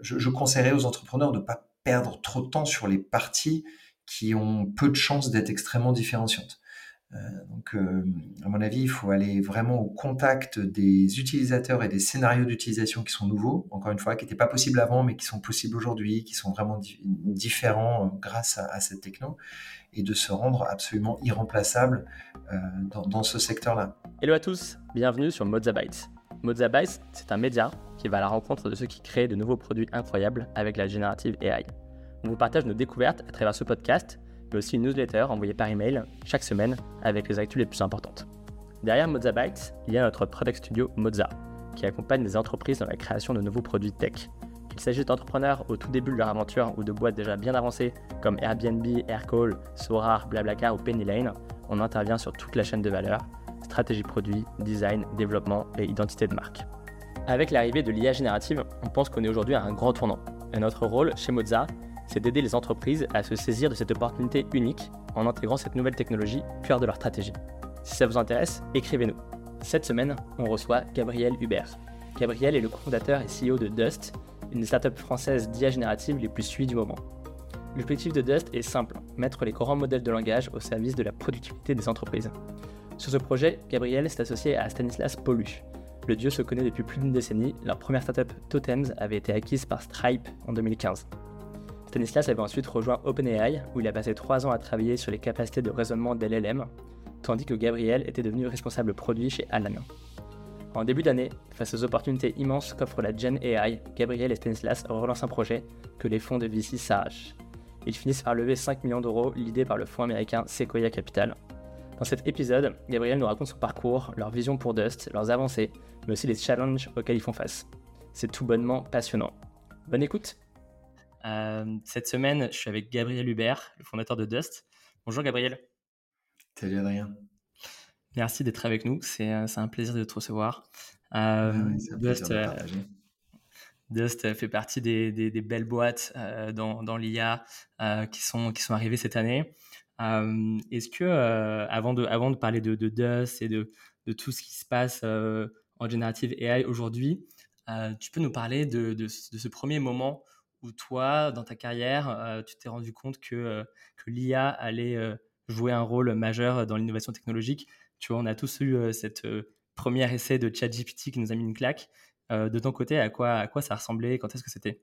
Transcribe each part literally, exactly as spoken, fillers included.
je, je conseillerais aux entrepreneurs de ne pas perdre trop de temps sur les parties qui ont peu de chances d'être extrêmement différenciantes. Euh, donc, euh, à mon avis, il faut aller vraiment au contact des utilisateurs et des scénarios d'utilisation qui sont nouveaux, encore une fois, qui n'étaient pas possibles avant, mais qui sont possibles aujourd'hui, qui sont vraiment di- différents euh, grâce à, à cette techno, et de se rendre absolument irremplaçable euh, dans, dans ce secteur-là. Hello à tous, bienvenue sur Mozzabytes. Mozzabytes, c'est un média qui va à la rencontre de ceux qui créent de nouveaux produits incroyables avec la générative A I. On vous partage nos découvertes à travers ce podcast, mais aussi une newsletter envoyée par email chaque semaine avec les actus les plus importantes. Derrière Mozzabytes, il y a notre product studio Mozza, qui accompagne les entreprises dans la création de nouveaux produits tech. Qu'il s'agisse d'entrepreneurs au tout début de leur aventure ou de boîtes déjà bien avancées comme Airbnb, Aircall, Sorar, Blablacar ou Penny Lane, on intervient sur toute la chaîne de valeur, stratégie produit, design, développement et identité de marque. Avec l'arrivée de l'I A générative, on pense qu'on est aujourd'hui à un grand tournant. Et notre rôle chez Mozza, c'est d'aider les entreprises à se saisir de cette opportunité unique en intégrant cette nouvelle technologie au cœur de leur stratégie. Si ça vous intéresse, écrivez-nous. Cette semaine, on reçoit Gabriel Hubert. Gabriel est le cofondateur et C E O de Dust, une des startups françaises d'I A générative les plus suivies du moment. L'objectif de Dust est simple, mettre les grands modèles de langage au service de la productivité des entreprises. Sur ce projet, Gabriel s'est associé à Stanislas Paulu. Le duo se connaît depuis plus d'une décennie. Leur première startup, Totems, avait été acquise par Stripe en deux mille quinze. Stanislas avait ensuite rejoint OpenAI, où il a passé trois ans à travailler sur les capacités de raisonnement d'L L M, tandis que Gabriel était devenu responsable produit chez Alan. En début d'année, face aux opportunités immenses qu'offre la Gen A I, Gabriel et Stanislas relancent un projet que les fonds de V C s'arrachent. Ils finissent par lever cinq millions d'euros, l'idée par le fonds américain Sequoia Capital. Dans cet épisode, Gabriel nous raconte son parcours, leur vision pour Dust, leurs avancées, mais aussi les challenges auxquels ils font face. C'est tout bonnement passionnant. Bonne écoute. Euh, cette semaine, je suis avec Gabriel Hubert, le fondateur de Dust. Bonjour Gabriel. Salut Adrien. Merci d'être avec nous, c'est, c'est un plaisir de te recevoir. Euh, bah oui, c'est un Dust, plaisir de partager. Dust fait partie des, des, des belles boîtes euh, dans, dans l'I A euh, qui, sont, qui sont arrivées cette année. Euh, est-ce que, euh, avant, de, avant de parler de, de Dust et de, de tout ce qui se passe euh, en Generative A I aujourd'hui, euh, tu peux nous parler de, de, de ce premier moment où toi, dans ta carrière, euh, tu t'es rendu compte que, euh, que l'I A allait euh, jouer un rôle majeur dans l'innovation technologique. Tu vois, on a tous eu euh, cette euh, premier essai de ChatGPT qui nous a mis une claque. Euh, de ton côté, à quoi, à quoi ça ressemblait? Quand est-ce que c'était?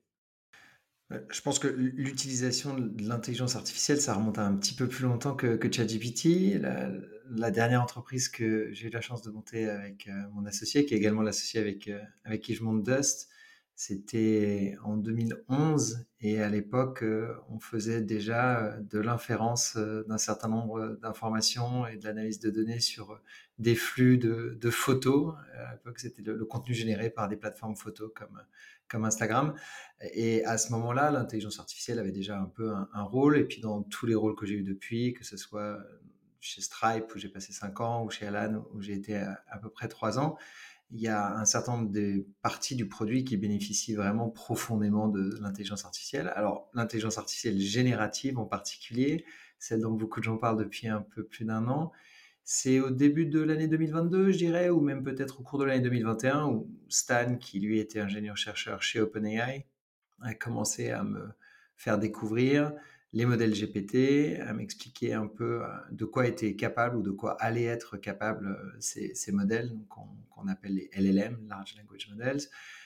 Je pense que l'utilisation de l'intelligence artificielle, ça remonte à un petit peu plus longtemps que, que ChatGPT. La, la dernière entreprise que j'ai eu la chance de monter avec euh, mon associé, qui est également l'associé avec, euh, avec qui je monte Dust, c'était en deux mille onze. Et à l'époque, euh, on faisait déjà euh, de l'inférence euh, d'un certain nombre d'informations et de l'analyse de données sur des flux de, de photos. À l'époque, c'était le, le contenu généré par des plateformes photos comme, comme Instagram. Et à ce moment-là, l'intelligence artificielle avait déjà un peu un, un rôle. Et puis dans tous les rôles que j'ai eu depuis, que ce soit chez Stripe où j'ai passé cinq ans ou chez Alan où j'ai été à, à peu près trois ans, il y a un certain nombre de parties du produit qui bénéficient vraiment profondément de l'intelligence artificielle. Alors l'intelligence artificielle générative en particulier, celle dont beaucoup de gens parlent depuis un peu plus d'un an, c'est au début de l'année deux mille vingt-deux, je dirais, ou même peut-être au cours de l'année deux mille vingt et un, où Stan, qui lui était ingénieur-chercheur chez OpenAI, a commencé à me faire découvrir les modèles G P T, à m'expliquer un peu de quoi étaient capables ou de quoi allaient être capables ces, ces modèles qu'on, qu'on appelle les L L M, Large Language Models.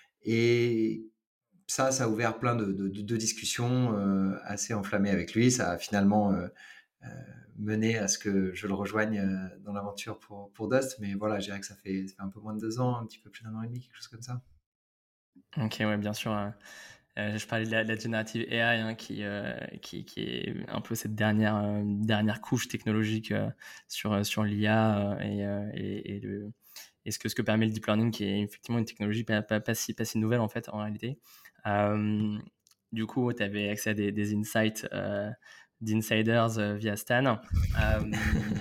Et ça, ça a ouvert plein de, de, de discussions euh, assez enflammées avec lui. Ça a finalement euh, euh, mené à ce que je le rejoigne euh, dans l'aventure pour, pour Dust. Mais voilà, je dirais que ça fait, ça fait un peu moins de deux ans, un petit peu plus d'un an et demi, quelque chose comme ça. Ok, ouais, bien sûr. Hein. Euh, je parlais de la, de la Generative A I, hein, qui, euh, qui, qui est un peu cette dernière, euh, dernière couche technologique euh, sur, sur l'I A euh, et, euh, et, et, le, et ce, que, ce que permet le deep learning, qui est effectivement une technologie pas, pas, pas, si, pas si nouvelle en fait, en réalité. Euh, du coup, tu avais accès à des, des insights euh, d'insiders euh, via Stan. Euh,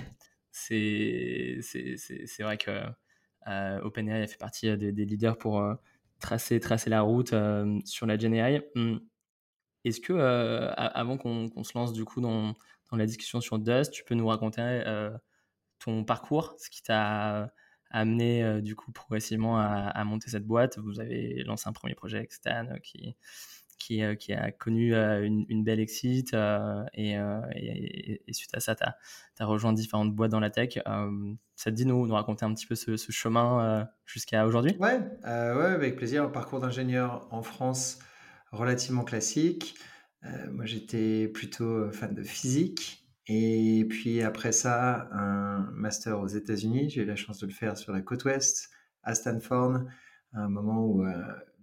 c'est, c'est, c'est, c'est vrai que euh, OpenAI a fait partie des, des leaders pour... Euh, tracer, tracer la route euh, sur la Gen A I. Hum. Est-ce que, euh, avant qu'on, qu'on se lance du coup dans, dans la discussion sur Dust, tu peux nous raconter euh, ton parcours, ce qui t'a amené euh, du coup progressivement à, à monter cette boîte? Vous avez lancé un premier projet avec Stan euh, qui, qui, euh, qui a connu euh, une, une belle exit euh, et, euh, et, et suite à ça, tu as rejoint différentes boîtes dans la tech. Euh, ça te dit nous, nous raconter un petit peu ce, ce chemin euh, jusqu'à aujourd'hui? Ouais, euh, ouais, avec plaisir. Un parcours d'ingénieur en France relativement classique. Euh, moi, j'étais plutôt euh, fan de physique. Et puis après ça, un master aux États-Unis. J'ai eu la chance de le faire sur la côte ouest, à Stanford, à un moment où euh,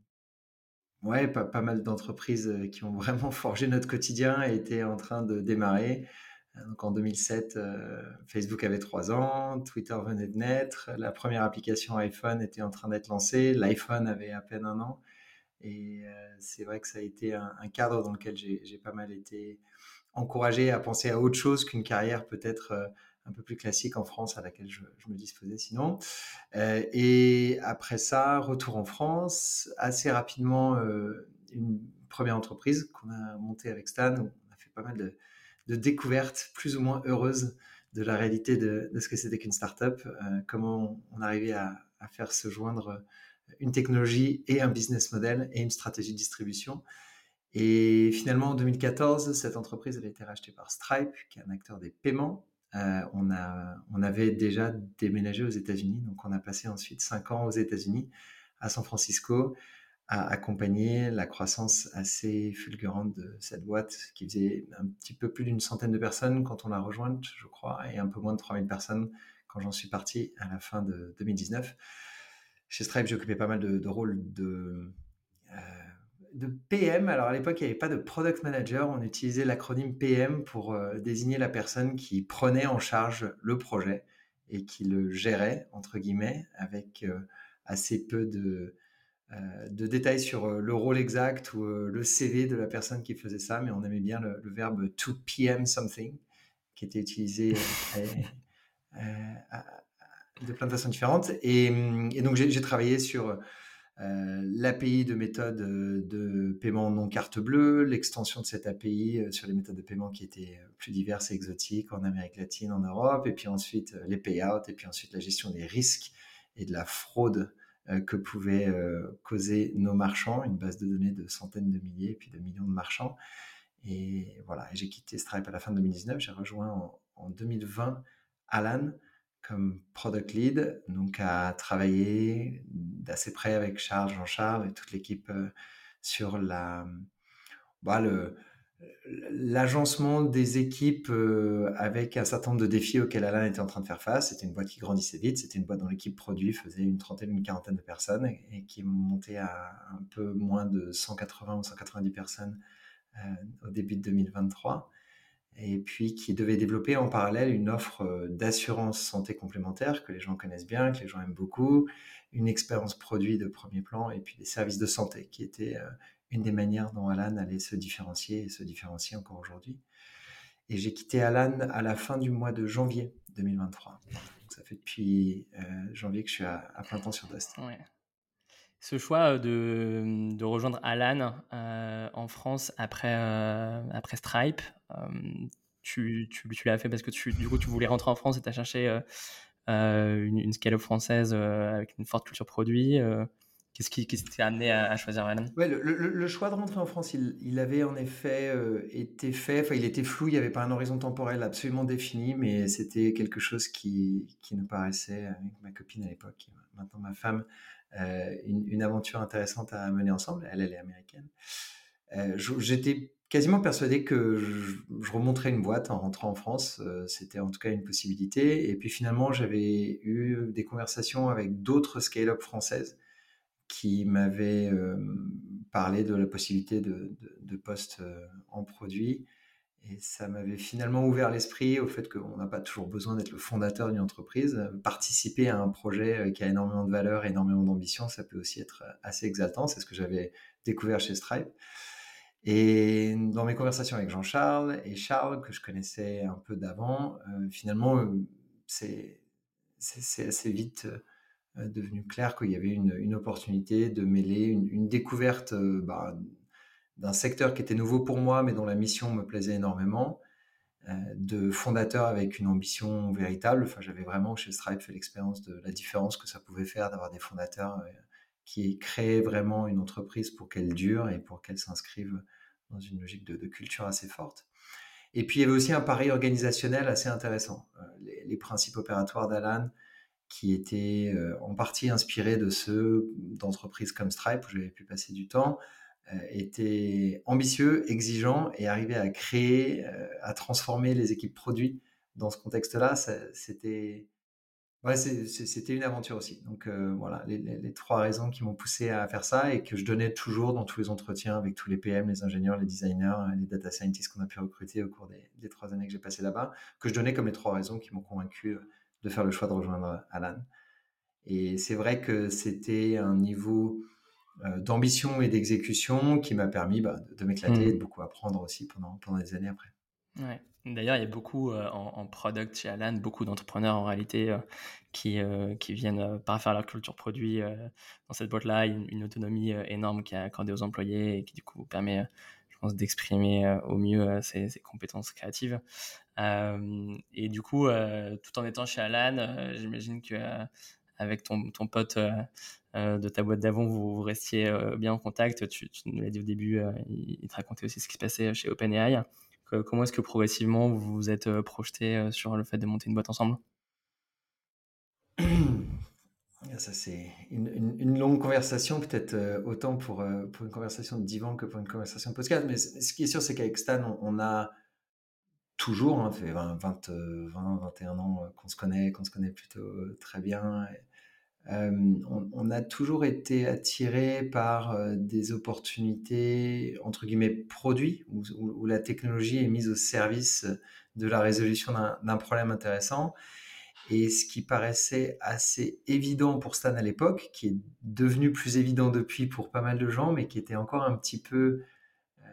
ouais, pas, pas mal d'entreprises euh, qui ont vraiment forgé notre quotidien étaient en train de démarrer. Euh, Donc en deux mille sept, euh, Facebook avait trois ans, Twitter venait de naître, la première application iPhone était en train d'être lancée, l'iPhone avait à peine un an. Et euh, c'est vrai que ça a été un, un cadre dans lequel j'ai j'ai pas mal été encouragé à penser à autre chose qu'une carrière peut-être euh, un peu plus classique en France à laquelle je, je me disposais sinon. Euh, et après ça, retour en France, assez rapidement, euh, une première entreprise qu'on a montée avec Stan, où on a fait pas mal de, de découvertes plus ou moins heureuses de la réalité de, de ce que c'était qu'une startup, euh, comment on arrivait à, à faire se joindre une technologie et un business model et une stratégie de distribution. Et finalement, en deux mille quatorze, cette entreprise elle a été rachetée par Stripe, qui est un acteur des paiements. Euh, on, a, on avait déjà déménagé aux États-Unis, donc on a passé ensuite cinq ans aux États-Unis, à San Francisco, à accompagner la croissance assez fulgurante de cette boîte qui faisait un petit peu plus d'une centaine de personnes quand on l'a rejointe, je crois, et un peu moins de trois mille personnes quand j'en suis parti à la fin de deux mille dix-neuf. Chez Stripe, j'ai occupé pas mal de, de rôles de, euh, de P M. Alors à l'époque, il n'y avait pas de Product Manager. On utilisait l'acronyme P M pour euh, désigner la personne qui prenait en charge le projet et qui le gérait, entre guillemets, avec euh, assez peu de, euh, de détails sur euh, le rôle exact ou euh, le C V de la personne qui faisait ça. Mais on aimait bien le, le verbe to P M something, qui était utilisé euh, à, à, de plein de façons différentes. Et, et donc, j'ai, j'ai travaillé sur euh, l'A P I de méthode de paiement non carte bleue, l'extension de cette A P I sur les méthodes de paiement qui étaient plus diverses et exotiques en Amérique latine, en Europe, et puis ensuite les payouts, et puis ensuite la gestion des risques et de la fraude euh, que pouvaient euh, causer nos marchands, une base de données de centaines de milliers et puis de millions de marchands. Et voilà, et j'ai quitté Stripe à la fin de deux mille dix-neuf, j'ai rejoint en, en deux mille vingt Alan comme product lead, donc à travailler d'assez près avec Charles, Jean-Charles et toute l'équipe euh, sur la, bah, le, l'agencement des équipes euh, avec un certain nombre de défis auxquels Alan était en train de faire face. C'était une boîte qui grandissait vite, c'était une boîte dont l'équipe produit faisait une trentaine, une quarantaine de personnes et, et qui est montée à un peu moins de cent quatre-vingts ou cent quatre-vingt-dix personnes euh, au début de deux mille vingt-trois. Et puis qui devait développer en parallèle une offre d'assurance santé complémentaire que les gens connaissent bien, que les gens aiment beaucoup, une expérience produit de premier plan et puis des services de santé qui étaient euh, une des manières dont Alan allait se différencier et se différencie encore aujourd'hui. Et j'ai quitté Alan à la fin du mois de janvier deux mille vingt-trois. Donc ça fait depuis euh, janvier que je suis à, à plein temps sur Dust. Ouais. Ce choix de, de rejoindre Alan euh, en France après, euh, après Stripe, euh, tu, tu, tu l'as fait parce que tu, du coup, tu voulais rentrer en France et tu as cherché euh, euh, une, une scale-up française euh, avec une forte culture produit. Euh, qu'est-ce qui, qu'est-ce qui t'a amené à, à choisir Alan? Ouais, le, le- le choix de rentrer en France, il, il avait en effet euh, été fait, enfin il était flou, il n'y avait pas un horizon temporel absolument défini, mais c'était quelque chose qui, qui nous paraissait, avec ma copine à l'époque, qui est maintenant ma femme, euh, une, une aventure intéressante à mener ensemble. Elle, elle est américaine. Euh, je- j'étais quasiment persuadé que je, je remonterais une boîte en rentrant en France, euh, c'était en tout cas une possibilité. Et puis finalement, j'avais eu des conversations avec d'autres scale-up françaises qui m'avait euh, parlé de la possibilité de, de, de postes euh, en produit. Et ça m'avait finalement ouvert l'esprit au fait qu'on n'a pas toujours besoin d'être le fondateur d'une entreprise. Participer à un projet qui a énormément de valeur, énormément d'ambition, ça peut aussi être assez exaltant. C'est ce que j'avais découvert chez Stripe. Et dans mes conversations avec Jean-Charles et Charles, que je connaissais un peu d'avant, euh, finalement, euh, c'est, c'est, c'est assez vite euh, devenu clair qu'il y avait une, une opportunité de mêler une, une découverte euh, bah, d'un secteur qui était nouveau pour moi, mais dont la mission me plaisait énormément, euh, de fondateur avec une ambition véritable. Enfin, j'avais vraiment chez Stripe fait l'expérience de la différence que ça pouvait faire d'avoir des fondateurs euh, qui crée vraiment une entreprise pour qu'elle dure et pour qu'elle s'inscrive dans une logique de, de culture assez forte. Et puis, il y avait aussi un pari organisationnel assez intéressant. Euh, les, les principes opératoires d'Alan, qui étaient euh, en partie inspirés de ceux d'entreprises comme Stripe, où j'avais pu passer du temps, euh, étaient ambitieux, exigeants, et arrivaient à créer, euh, à transformer les équipes produits dans ce contexte-là. Ça, c'était, ouais, c'est- c'est- c'était une aventure aussi. Donc euh, voilà, les, les- les trois raisons qui m'ont poussé à faire ça et que je donnais toujours dans tous les entretiens avec tous les P M, les ingénieurs, les designers, les data scientists qu'on a pu recruter au cours des, des trois années que j'ai passées là-bas, que je donnais comme les trois raisons qui m'ont convaincu de faire le choix de rejoindre Alan. Et c'est vrai que c'était un niveau euh, d'ambition et d'exécution qui m'a permis bah, de, de m'éclater et de Hmm. beaucoup apprendre aussi pendant, pendant des années après. Ouais. D'ailleurs, il y a beaucoup euh, en, en product chez Alan, beaucoup d'entrepreneurs en réalité euh, qui, euh, qui viennent euh, par faire leur culture produit euh, dans cette boîte-là, une, une autonomie euh, énorme qui est accordée aux employés et qui du coup vous permet, euh, je pense, d'exprimer euh, au mieux euh, ses, ses compétences créatives. Euh, et du coup, euh, tout en étant chez Alan, euh, j'imagine que euh, avec ton, ton pote euh, euh, de ta boîte d'avant, vous, vous restiez euh, bien en contact. Tu, tu nous l'as dit au début, euh, il, il te racontait aussi ce qui se passait chez OpenAI. Que- Comment est-ce que progressivement vous vous êtes euh, projeté euh, sur le fait de monter une boîte ensemble? Ça, c'est une, une- une longue conversation, peut-être euh, autant pour, euh, pour une conversation de divan que pour une conversation de podcast. Mais c- ce qui est sûr, c'est qu'avec Stan, on, on a toujours, hein, fait vingt, vingt, euh, vingt, vingt et un ans euh, qu'on se connaît, qu'on se connaît plutôt euh, très bien. Euh, on, on a toujours été attiré par euh, des opportunités, entre guillemets, produits, où, où- où la technologie est mise au service de la résolution d'un d'un problème intéressant. Et ce qui paraissait assez évident pour Stan à l'époque, qui est devenu plus évident depuis pour pas mal de gens, mais qui était encore un petit peu... euh,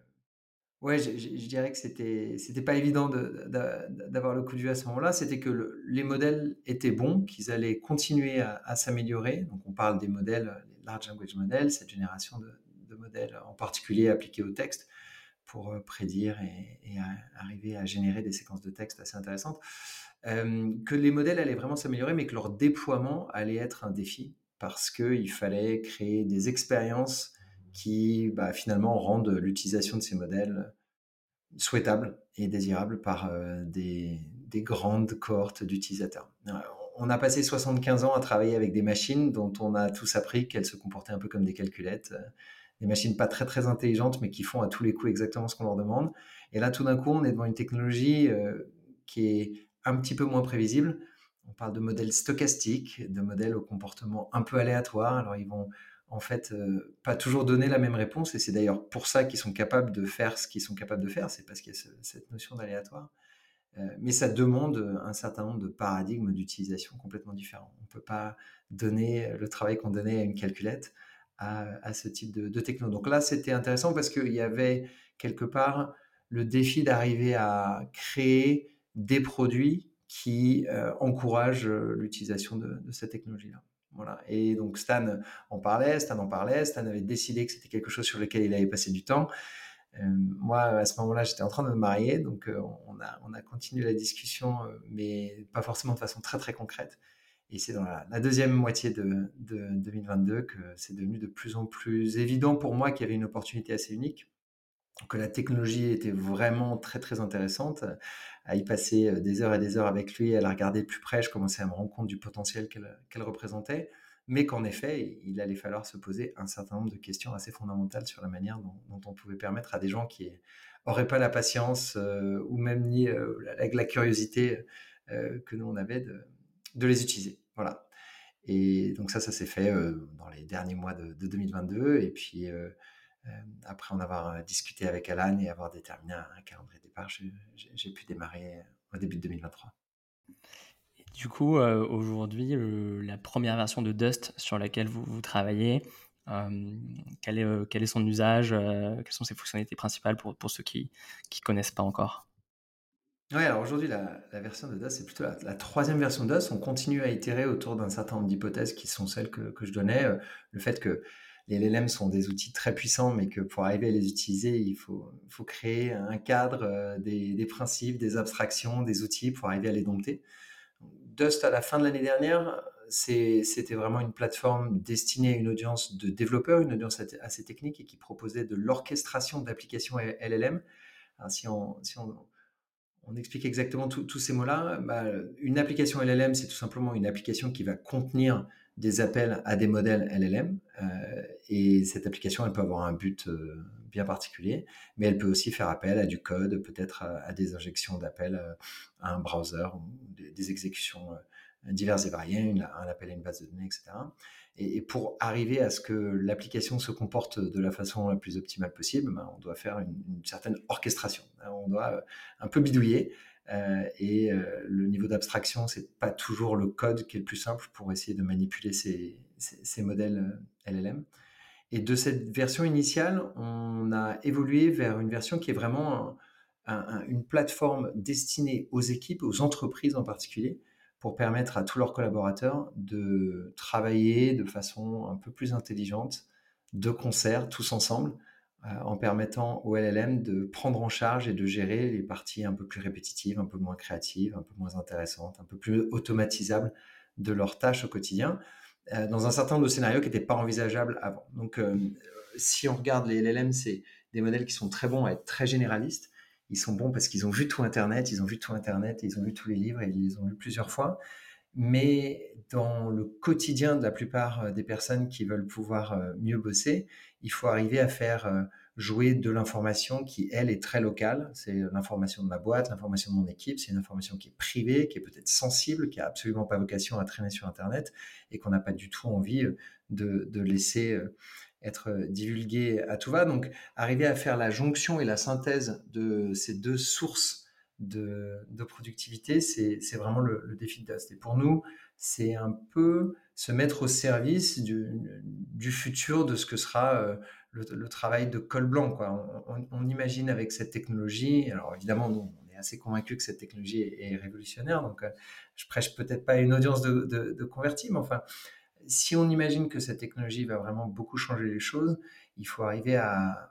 ouais, je, je- je dirais que c'était c'était pas évident de- de- d'avoir le coup de vue à ce moment-là. C'était que le- les modèles étaient bons, qu'ils allaient continuer à, à s'améliorer. Donc on parle des modèles, les large language models, cette génération de, de modèles en particulier appliqués au texte pour euh, prédire et, et à- arriver à générer des séquences de texte assez intéressantes. Euh, que les modèles allaient vraiment s'améliorer, mais que leur déploiement allait être un défi parce qu'il fallait créer des expériences qui bah, finalement rendent l'utilisation de ces modèles souhaitable et désirable par euh, des, des grandes cohortes d'utilisateurs. Euh, On a passé soixante-quinze ans à travailler avec des machines dont on a tous appris qu'elles se comportaient un peu comme des calculettes, euh, des machines pas très très intelligentes mais qui font à tous les coups exactement ce qu'on leur demande. Et là, tout d'un coup, on est devant une technologie euh, qui est un petit peu moins prévisible. On parle de modèles stochastiques, de modèles au comportement un peu aléatoire. Alors, ils vont en fait euh, pas toujours donner la même réponse, et c'est d'ailleurs pour ça qu'ils sont capables de faire ce qu'ils sont capables de faire, c'est parce qu'il y a ce, cette notion d'aléatoire. Euh, mais ça demande un certain nombre de paradigmes d'utilisation complètement différents. On ne peut pas donner le travail qu'on donnait à une calculette à, à ce type de, de techno. Donc là, c'était intéressant parce qu'il y avait quelque part le défi d'arriver à créer des produits qui euh, encouragent l'utilisation de, de cette technologie-là. Voilà. Et donc Stan en parlait, Stan en parlait, Stan avait décidé que c'était quelque chose sur lequel il avait passé du temps. Euh, moi, à ce moment-là, j'étais en train de me marier, donc euh, on, a, on a continué la discussion, euh, mais pas forcément de façon très très concrète. Et c'est dans la, la deuxième moitié de, de deux mille vingt-deux que c'est devenu de plus en plus évident pour moi qu'il y avait une opportunité assez unique, que la technologie était vraiment très très intéressante. À y passer euh, des heures et des heures avec lui, à la regarder de plus près, je commençais à me rendre compte du potentiel qu'elle qu'elle représentait, mais qu'en effet, il allait falloir se poser un certain nombre de questions assez fondamentales sur la manière dont, dont on pouvait permettre à des gens qui n'auraient pas la patience euh, ou même ni euh, la, la, curiosité euh, que nous on avait de, de les utiliser. Voilà. Et donc ça, ça s'est fait euh, dans les derniers mois de, de deux mille vingt-deux, et puis euh, euh, après en avoir discuté avec Alan et avoir déterminé un, un calendrier de départ, j'ai, j'ai pu démarrer au début de deux mille vingt-trois. Et du coup, euh, aujourd'hui, le- la première version de Dust sur laquelle vous, vous travaillez, euh, quel est, euh, quel est son usage, euh, quelles sont ses fonctionnalités principales pour, pour ceux qui ne connaissent pas encore? Oui, alors aujourd'hui, la, la version de D O S, c'est plutôt la, la troisième version de D O S. On continue à itérer autour d'un certain nombre d'hypothèses qui sont celles que, que je donnais. Euh, Le fait que les L L M sont des outils très puissants, mais que pour arriver à les utiliser, il faut, faut créer un cadre, euh, des, des principes, des abstractions, des outils pour arriver à les dompter. Dust, à la fin de l'année dernière, c'est, c'était vraiment une plateforme destinée à une audience de développeurs, une audience assez assez technique et qui proposait de l'orchestration d'applications L L M. Alors si on, si on, on explique exactement tous tous ces mots-là, bah, une application L L M, c'est tout simplement une application qui va contenir des appels à des modèles L L M. euh, et cette application, elle peut avoir un but euh, bien particulier, mais elle peut aussi faire appel à du code, peut-être à, à des injections d'appels euh, à un browser, ou des, des exécutions euh, diverses et variées, une- un appel à une base de données, et cetera. Et, et pour arriver à ce que l'application se comporte de la façon la plus optimale possible, bah, on doit faire une, une certaine orchestration. On doit euh, un peu bidouiller. Euh, et euh, le niveau d'abstraction, c'est pas toujours le code qui est le plus simple pour essayer de manipuler ces, ces, ces modèles euh, L L M. Et de cette version initiale, on a évolué vers une version qui est vraiment un, un, une plateforme destinée aux équipes, aux entreprises en particulier, pour permettre à tous leurs collaborateurs de travailler de façon un peu plus intelligente, de concert, tous ensemble, euh, en permettant au L L M de prendre en charge et de gérer les parties un peu plus répétitives, un peu moins créatives, un peu moins intéressantes, un peu plus automatisables de leurs tâches au quotidien, euh, dans un certain nombre de scénarios qui n'étaient pas envisageables avant. Donc, euh, si on regarde les L L M, c'est des modèles qui sont très bons à être très généralistes. Ils sont bons parce qu'ils ont vu tout Internet, ils ont vu tout Internet, ils ont lu tous les livres et ils les ont lus plusieurs fois. Mais dans le quotidien de la plupart des personnes qui veulent pouvoir mieux bosser, il faut arriver à faire jouer de l'information qui, elle, est très locale. C'est l'information de ma boîte, l'information de mon équipe. C'est une information qui est privée, qui est peut-être sensible, qui a absolument pas vocation à traîner sur Internet et qu'on n'a pas du tout envie de, de laisser être divulguée à tout va. Donc, arriver à faire la jonction et la synthèse de ces deux sources de, de productivité, c'est, c'est vraiment le, le défi de Dust. Et pour nous, c'est un peu se mettre au service du, du futur de ce que sera euh, le, le travail de col blanc, quoi. On, on, on imagine avec cette technologie, alors évidemment, nous, on est assez convaincus que cette technologie est, est révolutionnaire, donc euh, je prêche peut-être pas une audience de, de, de convertis, mais enfin, si on imagine que cette technologie va vraiment beaucoup changer les choses, il faut arriver à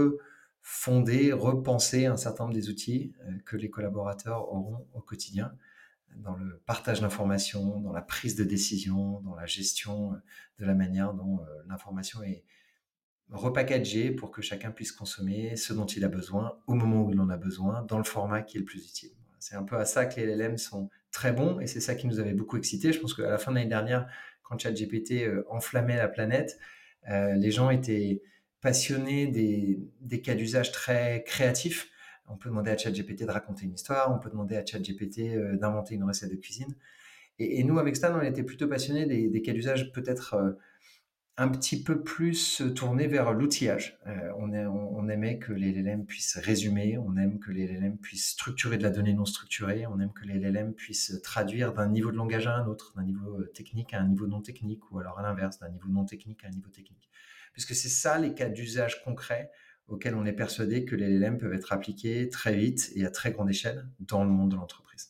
refonder, repenser un certain nombre des outils que les collaborateurs auront au quotidien dans le partage d'informations, dans la prise de décision, dans la gestion de la manière dont l'information est repackagée pour que chacun puisse consommer ce dont il a besoin au moment où il en a besoin, dans le format qui est le plus utile. C'est un peu à ça que les L L M sont très bons et c'est ça qui nous avait beaucoup excité. Je pense qu'à la fin de l'année dernière, quand ChatGPT euh, enflammait la planète, euh, les gens étaient passionnés des, des cas d'usage très créatifs. On peut demander à ChatGPT de raconter une histoire, on peut demander à ChatGPT euh, d'inventer une recette de cuisine. Et, et nous, avec Stan, on était plutôt passionnés des, des cas d'usage peut-être euh, un petit peu plus tourné vers l'outillage. Euh, on, est, on, on aimait que les L L M puissent résumer, on aime que les L L M puissent structurer de la donnée non structurée, on aime que les L L M puissent traduire d'un niveau de langage à un autre, d'un niveau technique à un niveau non technique, ou alors à l'inverse, d'un niveau non technique à un niveau technique. Puisque c'est ça les cas d'usage concrets auxquels on est persuadé que les L L M peuvent être appliqués très vite et à très grande échelle dans le monde de l'entreprise.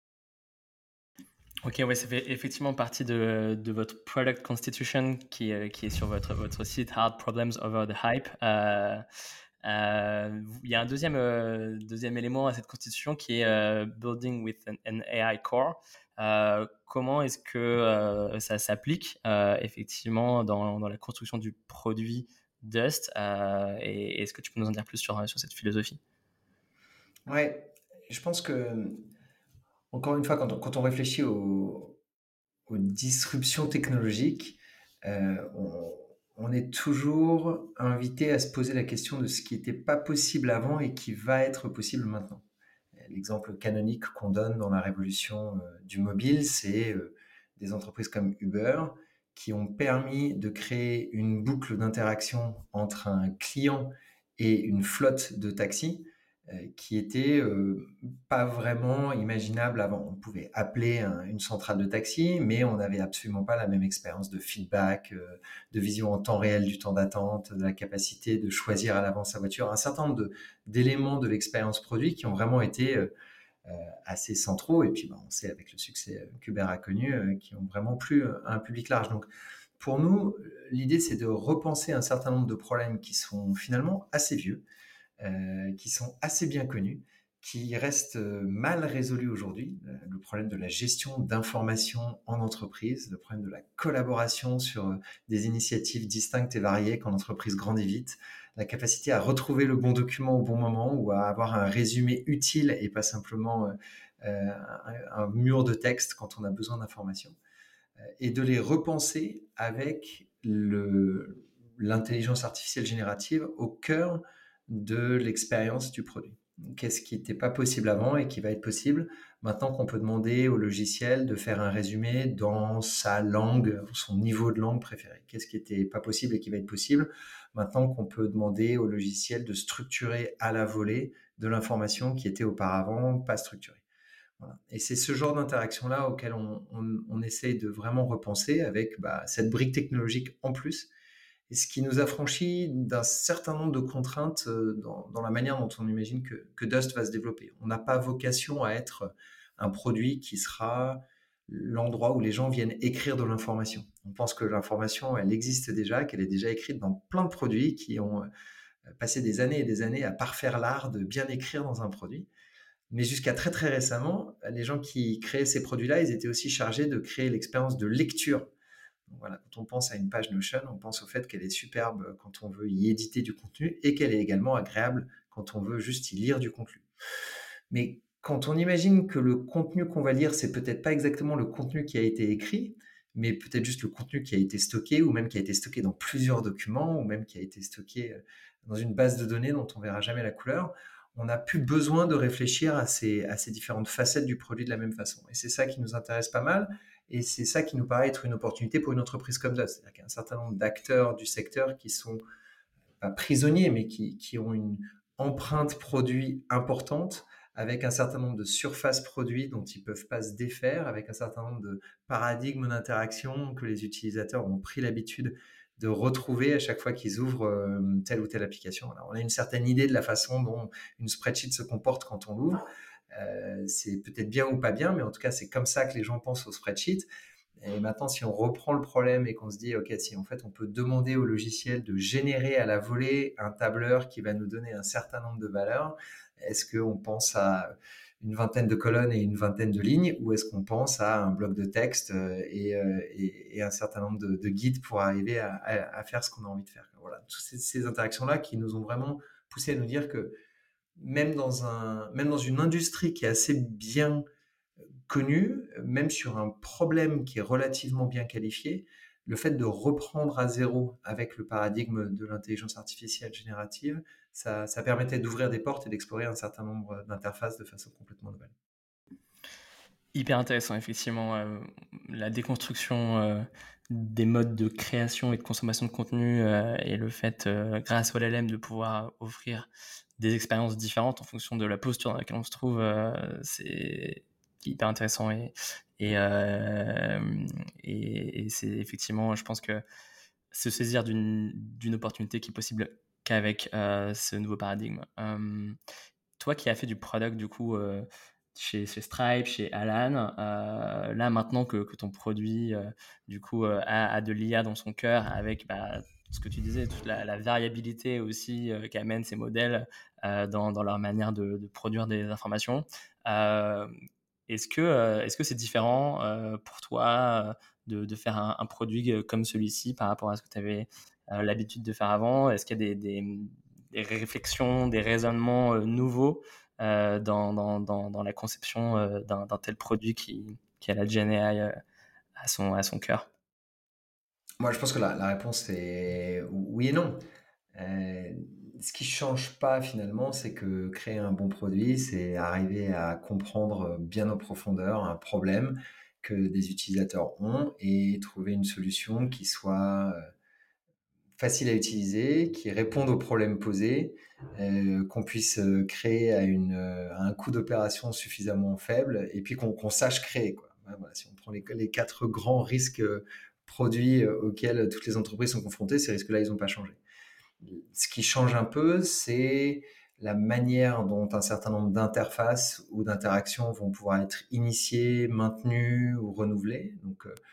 Ok, ouais, ça fait effectivement partie de, de votre product constitution qui, euh, qui est sur votre, votre site Hard Problems Over the Hype. Euh, euh, il y a un deuxième, euh, deuxième élément à cette constitution qui est euh, Building with an, an A I Core. Euh, comment est-ce que euh, ça s'applique euh, effectivement dans, dans la construction du produit Dust euh, et est-ce que tu peux nous en dire plus sur, sur cette philosophie? Ouais, je pense que, encore une fois, quand on, quand on réfléchit aux, aux disruptions technologiques, euh, on, on est toujours invité à se poser la question de ce qui n'était pas possible avant et qui va être possible maintenant. L'exemple canonique qu'on donne dans la révolution euh, du mobile, c'est euh, des entreprises comme Uber qui ont permis de créer une boucle d'interaction entre un client et une flotte de taxis euh, qui était euh, pas vraiment imaginable avant. On pouvait appeler un, une centrale de taxi, mais on n'avait absolument pas la même expérience de feedback, euh, de vision en temps réel du temps d'attente, de la capacité de choisir à l'avance sa voiture, un certain nombre de, d'éléments de l'expérience produit qui ont vraiment été euh, assez centraux. Et puis, bah, on sait avec le succès qu'Uber a connu, euh, qui ont vraiment plu à un public large. Donc, pour nous, l'idée, c'est de repenser un certain nombre de problèmes qui sont finalement assez vieux, euh, qui sont assez bien connus, qui reste mal résolu aujourd'hui, le problème de la gestion d'informations en entreprise, le problème de la collaboration sur des initiatives distinctes et variées quand l'entreprise grandit vite, la capacité à retrouver le bon document au bon moment ou à avoir un résumé utile et pas simplement euh, un, un mur de texte quand on a besoin d'informations, et de les repenser avec le, l'intelligence artificielle générative au cœur de l'expérience du produit. Qu'est-ce qui n'était pas possible avant et qui va être possible maintenant qu'on peut demander au logiciel de faire un résumé dans sa langue, son niveau de langue préféré. Qu'est-ce qui n'était pas possible et qui va être possible maintenant qu'on peut demander au logiciel de structurer à la volée de l'information qui était auparavant pas structurée. Voilà. Et c'est ce genre d'interaction-là auquel on, on, on essaye de vraiment repenser avec bah, cette brique technologique en plus, et ce qui nous affranchit d'un certain nombre de contraintes dans, dans la manière dont on imagine que, que Dust va se développer. On n'a pas vocation à être un produit qui sera l'endroit où les gens viennent écrire de l'information. On pense que l'information, elle existe déjà, qu'elle est déjà écrite dans plein de produits qui ont passé des années et des années à parfaire l'art de bien écrire dans un produit. Mais jusqu'à très très récemment, les gens qui créaient ces produits-là, ils étaient aussi chargés de créer l'expérience de lecture. Donc voilà, quand on pense à une page Notion, on pense au fait qu'elle est superbe quand on veut y éditer du contenu et qu'elle est également agréable quand on veut juste y lire du contenu. Mais quand on imagine que le contenu qu'on va lire, c'est peut-être pas exactement le contenu qui a été écrit, mais peut-être juste le contenu qui a été stocké, ou même qui a été stocké dans plusieurs documents, ou même qui a été stocké dans une base de données dont on verra jamais la couleur, on n'a plus besoin de réfléchir à ces, à ces différentes facettes du produit de la même façon. Et c'est ça qui nous intéresse pas mal, et c'est ça qui nous paraît être une opportunité pour une entreprise comme ça. C'est-à-dire qu'il y a un certain nombre d'acteurs du secteur qui sont pas prisonniers, mais qui, qui ont une empreinte produit importante, avec un certain nombre de surfaces produits dont ils ne peuvent pas se défaire, avec un certain nombre de paradigmes d'interaction que les utilisateurs ont pris l'habitude de retrouver à chaque fois qu'ils ouvrent euh, telle ou telle application. Alors, on a une certaine idée de la façon dont une spreadsheet se comporte quand on l'ouvre. Euh, c'est peut-être bien ou pas bien, mais en tout cas, c'est comme ça que les gens pensent aux spreadsheets. Et maintenant, si on reprend le problème et qu'on se dit, OK, si en fait on peut demander au logiciel de générer à la volée un tableur qui va nous donner un certain nombre de valeurs, est-ce qu'on pense à une vingtaine de colonnes et une vingtaine de lignes, ou est-ce qu'on pense à un bloc de texte et, et, et un certain nombre de, de guides pour arriver à, à, à faire ce qu'on a envie de faire? Voilà, toutes ces, ces interactions-là qui nous ont vraiment poussé à nous dire que même dans, un, même dans une industrie qui est assez bien connu, même sur un problème qui est relativement bien qualifié, le fait de reprendre à zéro avec le paradigme de l'intelligence artificielle générative, ça, ça permettait d'ouvrir des portes et d'explorer un certain nombre d'interfaces de façon complètement nouvelle. Hyper intéressant, effectivement. Euh, la déconstruction euh, des modes de création et de consommation de contenu euh, et le fait, euh, grâce au L L M, de pouvoir offrir des expériences différentes en fonction de la posture dans laquelle on se trouve, euh, c'est hyper intéressant. Et, et, euh, et, et c'est effectivement, je pense que se saisir d'une, d'une opportunité qui est possible qu'avec euh, ce nouveau paradigme. Euh, toi qui as fait du product, du coup, euh, chez, chez Stripe, chez Alan, euh, là maintenant que, que ton produit euh, du coup euh, a, a de l'I A dans son cœur, avec bah, ce que tu disais, toute la, la variabilité aussi euh, qu'amènent ces modèles euh, dans, dans leur manière de, de produire des informations, euh, est-ce que euh, est-ce que c'est différent euh, pour toi de, de faire un, un produit comme celui-ci par rapport à ce que tu avais euh, l'habitude de faire avant? Est-ce qu'il y a des, des, des réflexions, des raisonnements euh, nouveaux euh, dans, dans, dans, dans la conception euh, d'un, d'un tel produit qui, qui a la Gen A I euh, à son, à son cœur? Moi, je pense que la, la réponse est oui et non. Euh, ce qui change pas finalement, c'est que créer un bon produit, c'est arriver à comprendre bien en profondeur un problème que des utilisateurs ont et trouver une solution qui soit facile à utiliser, qui réponde aux problèmes posés, euh, qu'on puisse créer à, une, à un coût d'opération suffisamment faible et puis qu'on, qu'on sache créer, quoi. Voilà, si on prend les, les quatre grands risques produits auxquels toutes les entreprises sont confrontées, ces risques-là, ils n'ont pas changé. Ce qui change un peu, c'est la manière dont un certain nombre d'interfaces ou d'interactions vont pouvoir être initiées, maintenues ou renouvelées. Donc,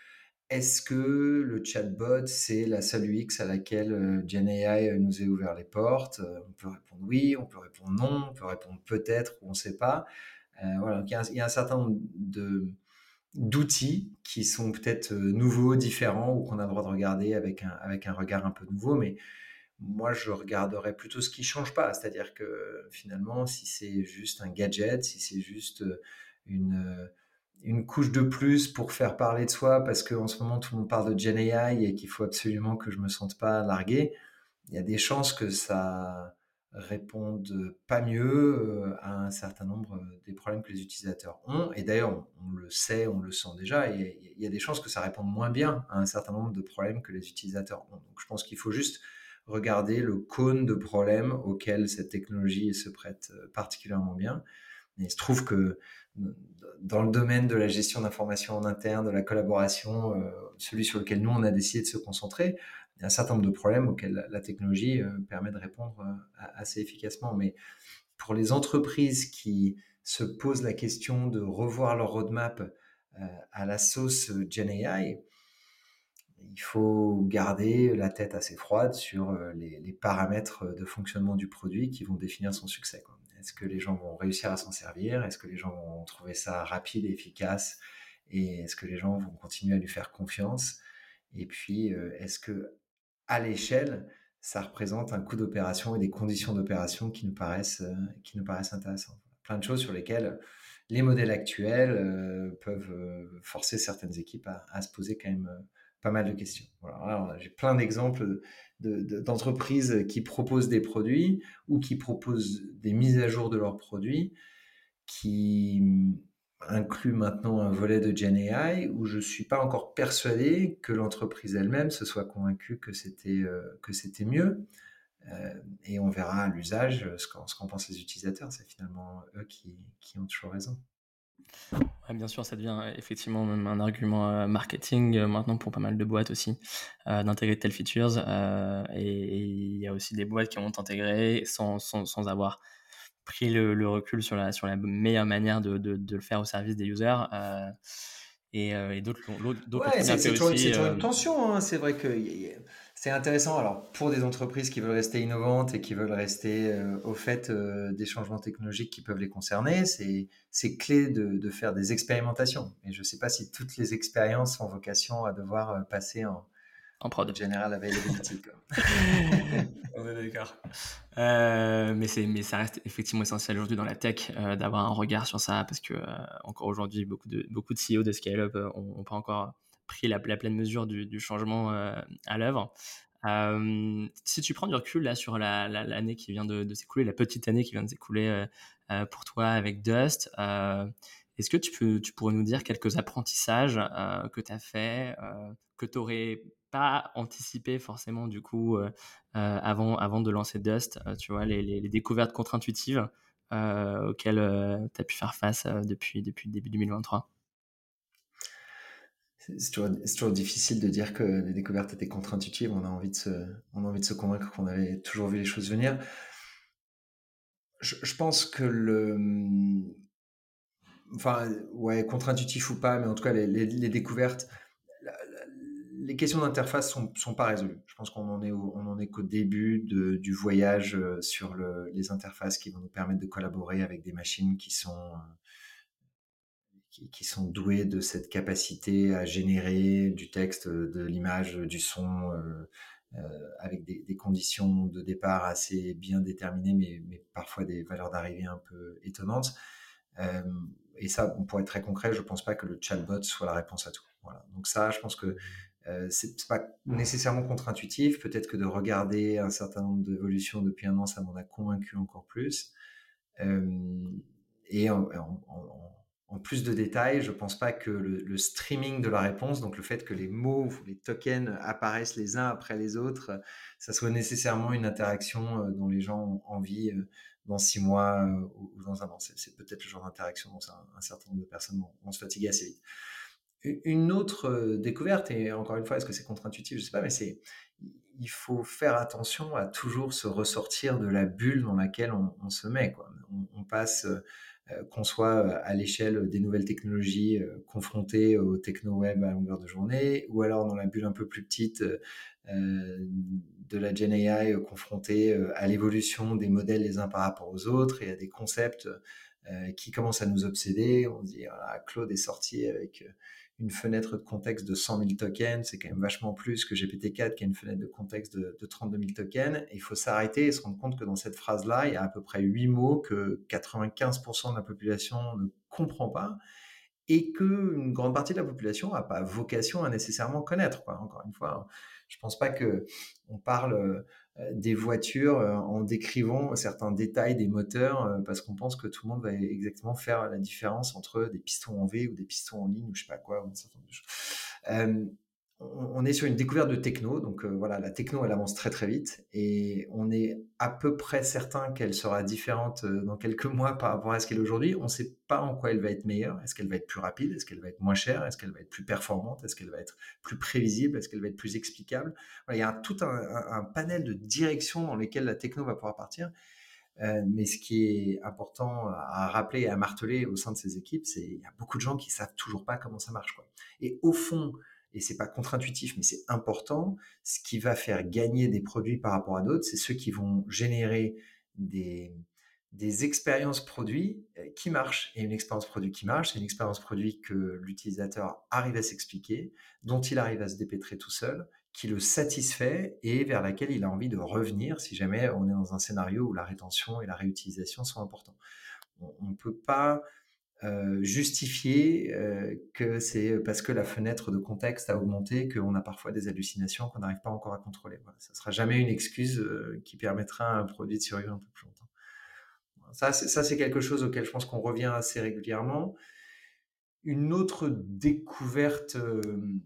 est-ce que le chatbot, c'est la seule U X à laquelle euh, Gen A I nous ait ouvert les portes? Euh, On peut répondre oui, on peut répondre non, on peut répondre peut-être ou on ne sait pas. Euh, voilà, donc il y, a un, il y a un certain nombre de, d'outils qui sont peut-être euh, nouveaux, différents ou qu'on a le droit de regarder avec un, avec un regard un peu nouveau, mais moi je regarderais plutôt ce qui change pas, c'est-à-dire que finalement si c'est juste un gadget, si c'est juste euh, une, euh, une couche de plus pour faire parler de soi parce qu'en ce moment tout le monde parle de Gen A I et qu'il faut absolument que je me sente pas largué, il y a des chances que ça réponde pas mieux euh, à un certain nombre euh, des problèmes que les utilisateurs ont. Et d'ailleurs, on, on le sait, on le sent déjà, et il y a des chances que ça réponde moins bien à un certain nombre de problèmes que les utilisateurs ont. Donc je pense qu'il faut juste regarder le cône de problèmes auxquels cette technologie se prête euh, particulièrement bien. Et il se trouve que dans le domaine de la gestion d'informations en interne, de la collaboration, euh, celui sur lequel nous, on a décidé de se concentrer, il y a un certain nombre de problèmes auxquels la, la technologie euh, permet de répondre euh, assez efficacement. Mais pour les entreprises qui se posent la question de revoir leur roadmap euh, à la sauce Gen A I, il faut garder la tête assez froide sur euh, les, les paramètres de fonctionnement du produit qui vont définir son succès, quoi. Est-ce que les gens vont réussir à s'en servir? Est-ce que les gens vont trouver ça rapide et efficace? Et est-ce que les gens vont continuer à lui faire confiance? Et puis, euh, est-ce que à l'échelle, ça représente un coût d'opération et des conditions d'opération qui nous paraissent, euh, qui nous paraissent intéressantes? Plein de choses sur lesquelles les modèles actuels euh, peuvent euh, forcer certaines équipes à, à se poser quand même euh, pas mal de questions. Voilà. Alors, j'ai plein d'exemples de, de, d'entreprises qui proposent des produits ou qui proposent des mises à jour de leurs produits qui incluent maintenant un volet de Gen A I où je ne suis pas encore persuadé que l'entreprise elle-même se soit convaincue que c'était, euh, que c'était mieux. Euh, et on verra à l'usage ce qu'en, ce qu'en pensent les utilisateurs. C'est finalement eux qui, qui ont toujours raison. Ouais, bien sûr, ça devient euh, effectivement même un argument euh, marketing euh, maintenant pour pas mal de boîtes aussi, euh, d'intégrer de telles features. euh, et et il y a aussi des boîtes qui ont intégré sans, sans, sans avoir pris le, le recul sur la, sur la meilleure manière de, de, de le faire au service des users. euh, et, euh, et d'autres l'ont, l'autre- d'autres l'ont Ouais, très bien c'est, fait c'est toujours, c'est aussi. toujours euh, une tension, hein. C'est vrai que y- y- c'est intéressant. Alors, pour des entreprises qui veulent rester innovantes et qui veulent rester euh, au fait euh, des changements technologiques qui peuvent les concerner, c'est, c'est clé de, de faire des expérimentations. Et je ne sais pas si toutes les expériences ont vocation à devoir euh, passer en, en en prod. general availability, quoi. On est d'accord. Euh, mais c'est, mais ça reste effectivement essentiel aujourd'hui dans la tech euh, d'avoir un regard sur ça parce que euh, encore aujourd'hui beaucoup de beaucoup de C E O de scale-up euh, ont, ont pas encore pris la, la pleine mesure du, du changement euh, à l'œuvre. Euh, si tu prends du recul là sur la, la- l'année qui vient de, de s'écouler, la petite année qui vient de s'écouler euh, euh, pour toi avec Dust, euh, est-ce que tu peux, tu pourrais nous dire quelques apprentissages euh, que tu as fait, euh, que tu n'aurais pas anticipé forcément du coup euh, euh, avant, avant de lancer Dust, euh, tu vois, les, les- les découvertes contre-intuitives euh, auxquelles tu as pu faire face euh, depuis, depuis le début deux mille vingt-trois? C'est c'est toujours, c'est toujours difficile de dire que les découvertes étaient contre-intuitives. On a envie de se, on a envie de se convaincre qu'on avait toujours vu les choses venir. Je, je pense que le, enfin, ouais, contre-intuitif ou pas, mais en tout cas, les, les, les découvertes, la- la- les questions d'interface sont, sont pas résolues. Je pense qu'on en est au, on en est qu'au début de, du voyage euh, sur le, les interfaces qui vont nous permettre de collaborer avec des machines qui sont, euh, qui, qui sont douées de cette capacité à générer du texte, de l'image, du son, euh, euh, avec des, des conditions de départ assez bien déterminées, mais, mais parfois des valeurs d'arrivée un peu étonnantes. Euh, et ça, pour être très concret, je pense pas que le chatbot soit la réponse à tout. Voilà. Donc ça, je pense que euh, c'est c'est pas nécessairement contre-intuitif. Peut-être que de regarder un certain nombre d'évolutions depuis un an, ça m'en a convaincu encore plus. Euh, et en, en- en- en plus de détails, je pense pas que le, le streaming de la réponse, donc le fait que les mots ou les tokens apparaissent les uns après les autres, ça soit nécessairement une interaction euh, dont les gens ont envie euh, dans six mois euh, ou, ou dans un an. C'est, c'est peut-être le genre d'interaction dont un, un certain nombre de personnes vont, vont se fatiguer assez vite. Une autre euh, découverte, et encore une fois, est-ce que c'est contre-intuitif, je sais pas, mais c'est il faut faire attention à toujours se ressortir de la bulle dans laquelle on, on se met, quoi. On, on passe euh, qu'on soit euh, à l'échelle des nouvelles technologies euh, confrontées au techno-web à longueur de journée, ou alors dans la bulle un peu plus petite euh, de la Gen A I euh, confrontée euh, à l'évolution des modèles les uns par rapport aux autres et à des concepts euh, qui commencent à nous obséder. On dit, voilà, Claude est sorti avec une fenêtre de contexte de cent mille tokens, c'est quand même vachement plus que G P T quatre qui a une fenêtre de contexte de, de trente-deux mille tokens. Et il faut s'arrêter et se rendre compte que dans cette phrase-là, il y a à peu près huit mots que quatre-vingt-quinze pour cent de la population ne comprend pas et qu'une grande partie de la population n'a pas vocation à nécessairement connaître, quoi. Encore une fois, je ne pense pas qu'on parle euh, des voitures euh, en décrivant certains détails des moteurs euh, parce qu'on pense que tout le monde va exactement faire la différence entre des pistons en V ou des pistons en ligne ou je ne sais pas quoi. Ou un certain nombre de choses. Euh, on est sur une découverte de techno, donc euh, voilà, la techno elle avance très très vite et on est à peu près certain qu'elle sera différente euh, dans quelques mois par rapport à ce qu'elle est aujourd'hui. On ne sait pas en quoi elle va être meilleure. Est-ce qu'elle va être plus rapide? Est-ce qu'elle va être moins chère? Est-ce qu'elle va être plus performante? Est-ce qu'elle va être plus prévisible? Est-ce qu'elle va être plus explicable? Voilà, il y a un, tout un, un, un panel de directions dans lesquelles la techno va pouvoir partir. Euh, mais ce qui est important à rappeler et à marteler au sein de ces équipes, c'est qu'il y a beaucoup de gens qui ne savent toujours pas comment ça marche, quoi. Et au fond, et c'est pas contre-intuitif, mais c'est important, ce qui va faire gagner des produits par rapport à d'autres, c'est ceux qui vont générer des, des expériences produits qui marchent. Et une expérience produit qui marche, c'est une expérience produit que l'utilisateur arrive à s'expliquer, dont il arrive à se dépêtrer tout seul, qui le satisfait et vers laquelle il a envie de revenir si jamais on est dans un scénario où la rétention et la réutilisation sont importants. On ne peut pas euh, justifier euh, que c'est parce que la fenêtre de contexte a augmenté qu'on a parfois des hallucinations qu'on n'arrive pas encore à contrôler. Voilà, ça ne sera jamais une excuse euh, qui permettra à un produit de survivre un peu plus longtemps. Ça, c'est, ça, c'est quelque chose auquel je pense qu'on revient assez régulièrement. Une autre découverte, euh,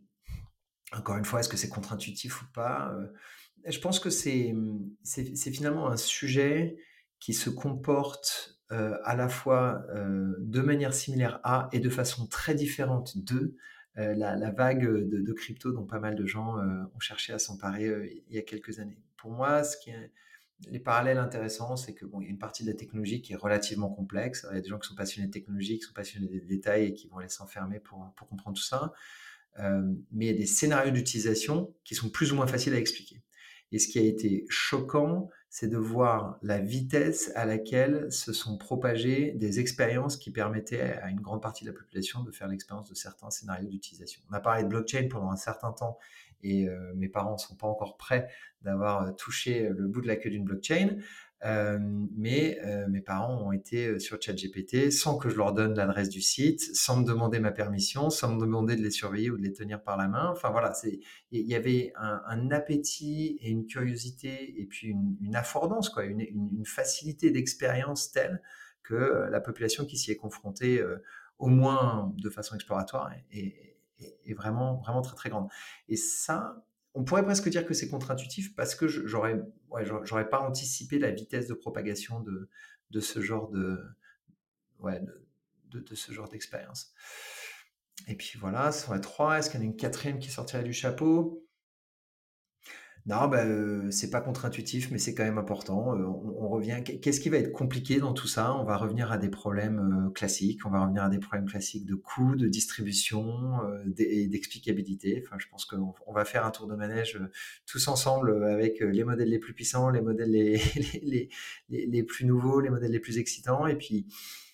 encore une fois, est-ce que c'est contre-intuitif ou pas? euh, Je pense que c'est, c'est, c'est finalement un sujet qui se comporte euh, à la fois euh, de manière similaire à et de façon très différente de euh, la, la vague de, de crypto dont pas mal de gens euh, ont cherché à s'emparer euh, il y a quelques années. Pour moi, ce qui est, les parallèles intéressants, c'est que bon, il y a une partie de la technologie qui est relativement complexe. Il y a des gens qui sont passionnés de technologie, qui sont passionnés des détails et qui vont aller s'enfermer pour, pour comprendre tout ça. Euh, mais il y a des scénarios d'utilisation qui sont plus ou moins faciles à expliquer. Et ce qui a été choquant, c'est de voir la vitesse à laquelle se sont propagées des expériences qui permettaient à une grande partie de la population de faire l'expérience de certains scénarios d'utilisation. On a parlé de blockchain pendant un certain temps et euh, mes parents ne sont pas encore prêts d'avoir touché le bout de la queue d'une blockchain. Euh, mais euh, mes parents ont été sur ChatGPT sans que je leur donne l'adresse du site, sans me demander ma permission, sans me demander de les surveiller ou de les tenir par la main. Enfin voilà, c'est, il y avait un, un appétit et une curiosité et puis une, une affordance, quoi, une, une, une facilité d'expérience telle que la population qui s'y est confrontée, euh, au moins de façon exploratoire, est, est, est vraiment, vraiment très très grande. Et ça, on pourrait presque dire que c'est contre-intuitif parce que j'aurais, ouais, j'aurais pas anticipé la vitesse de propagation de, de ce genre de, ouais, de, de, de ce genre d'expérience. Et puis voilà, ce sont les trois. Est-ce qu'il y en a une quatrième qui sortirait du chapeau? Non, bah, euh, c'est pas contre-intuitif, mais c'est quand même important. Euh, on, on revient. Qu'est-ce qui va être compliqué dans tout ça? On va revenir à des problèmes euh, classiques. On va revenir à des problèmes classiques de coûts, de distribution euh, et d'explicabilité. Enfin, je pense qu'on on va faire un tour de manège euh, tous ensemble euh, avec euh, les modèles les plus puissants, les modèles les, les, les, les plus nouveaux, les modèles les plus excitants. Et puis,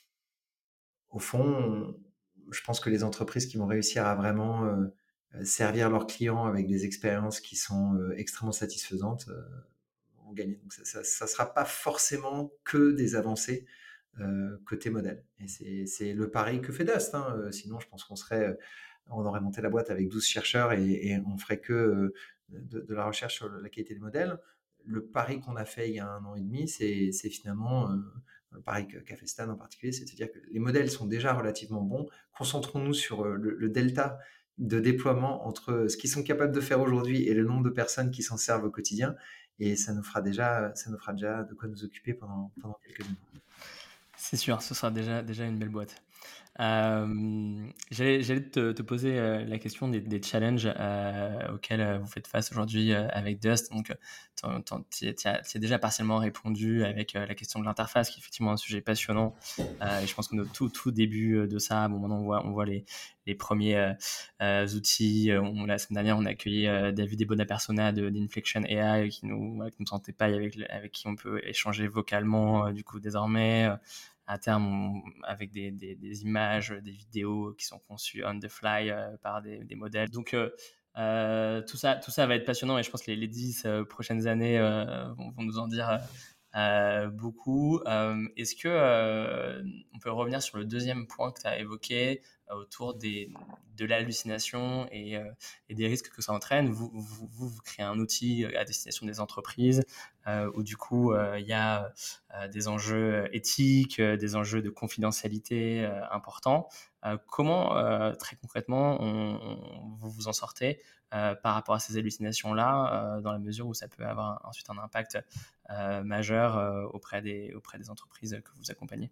au fond, on- je pense que les entreprises qui vont réussir à vraiment euh, euh, servir leurs clients avec des expériences qui sont euh, extrêmement satisfaisantes euh, vont gagner. Donc ça ne sera pas forcément que des avancées euh, côté modèle. Et c'est, c'est le pari que fait Dust. Hein. Euh, sinon, je pense qu'on serait, euh, on aurait monté la boîte avec douze chercheurs et, et on ferait que euh, de, de la recherche sur la qualité des modèles. Le pari qu'on a fait il y a un an et demi, c'est, c'est finalement euh, le pari qu'a fait Stan en particulier, c'est de dire que les modèles sont déjà relativement bons. Concentrons-nous sur euh, le, le delta de déploiement entre ce qu'ils sont capables de faire aujourd'hui et le nombre de personnes qui s'en servent au quotidien. Et ça nous fera déjà, ça nous fera déjà de quoi nous occuper pendant, pendant quelques années. C'est sûr, ce sera déjà, déjà une belle boîte. Euh, j'allais, j'allais te, te poser euh, la question des, des challenges euh, auxquels euh, vous faites face aujourd'hui euh, avec Dust. Donc, tu y as déjà partiellement répondu avec euh, la question de l'interface, qui est effectivement un sujet passionnant. Euh, et je pense qu'on est au tout, tout début euh, de ça. Bon, maintenant, on voit, on voit les, les premiers euh, euh, outils. Euh, On, la semaine dernière, on a accueilli euh, David Bonapersona de d'Inflection A I qui nous, voilà, qui nous sentait pas, avec, avec qui on peut échanger vocalement euh, du coup désormais. Euh, à terme, on, avec des, des, des images, des vidéos qui sont conçues on the fly euh, par des, des modèles. Donc, euh, euh, tout ça, tout ça va être passionnant et je pense que les, les dix euh, prochaines années euh, vont, vont nous en dire euh, beaucoup. Euh, est-ce que euh, on peut revenir sur le deuxième point que tu as évoqué euh, autour des, de l'hallucination et, euh, et des risques que ça entraîne? Vous, vous, vous, vous créez un outil à destination des entreprises euh, où du coup il euh, y a euh, des enjeux éthiques, euh, des enjeux de confidentialité euh, importants. Euh, comment euh, très concrètement on, on, vous vous en sortez euh, par rapport à ces hallucinations-là, euh, dans la mesure où ça peut avoir ensuite un impact euh, majeur euh, auprès, des, auprès des entreprises que vous accompagnez?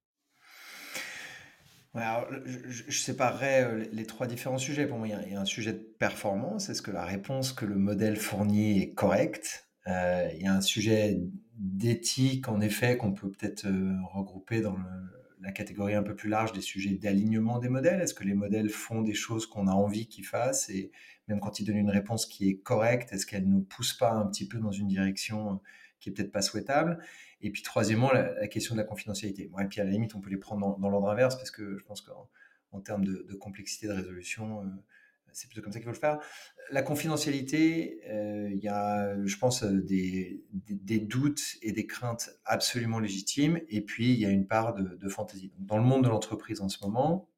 Ouais, alors, je, je- je séparerais euh, les, les trois différents sujets. Pour moi, il y a, il y a un sujet de performance. Est-ce que la réponse que le modèle fournit est correcte? Euh, il y a un sujet d'éthique, en effet, qu'on peut peut-être euh, regrouper dans le- la catégorie un peu plus large des sujets d'alignement des modèles. Est-ce que les modèles font des choses qu'on a envie qu'ils fassent? Et même quand ils donnent une réponse qui est correcte, est-ce qu'elle ne nous pousse pas un petit peu dans une direction euh, qui est peut-être pas souhaitable? Et puis troisièmement, la, la question de la confidentialité. Bon, et puis à la limite, on peut les prendre dans, dans l'ordre inverse, parce que je pense qu'en en termes de, de complexité de résolution, euh, c'est plutôt comme ça qu'il faut le faire. La confidentialité, euh, il y a, je pense, euh, des, des, des doutes et des craintes absolument légitimes, et puis il y a une part de, de fantaisie. Donc, dans le monde de l'entreprise en ce moment,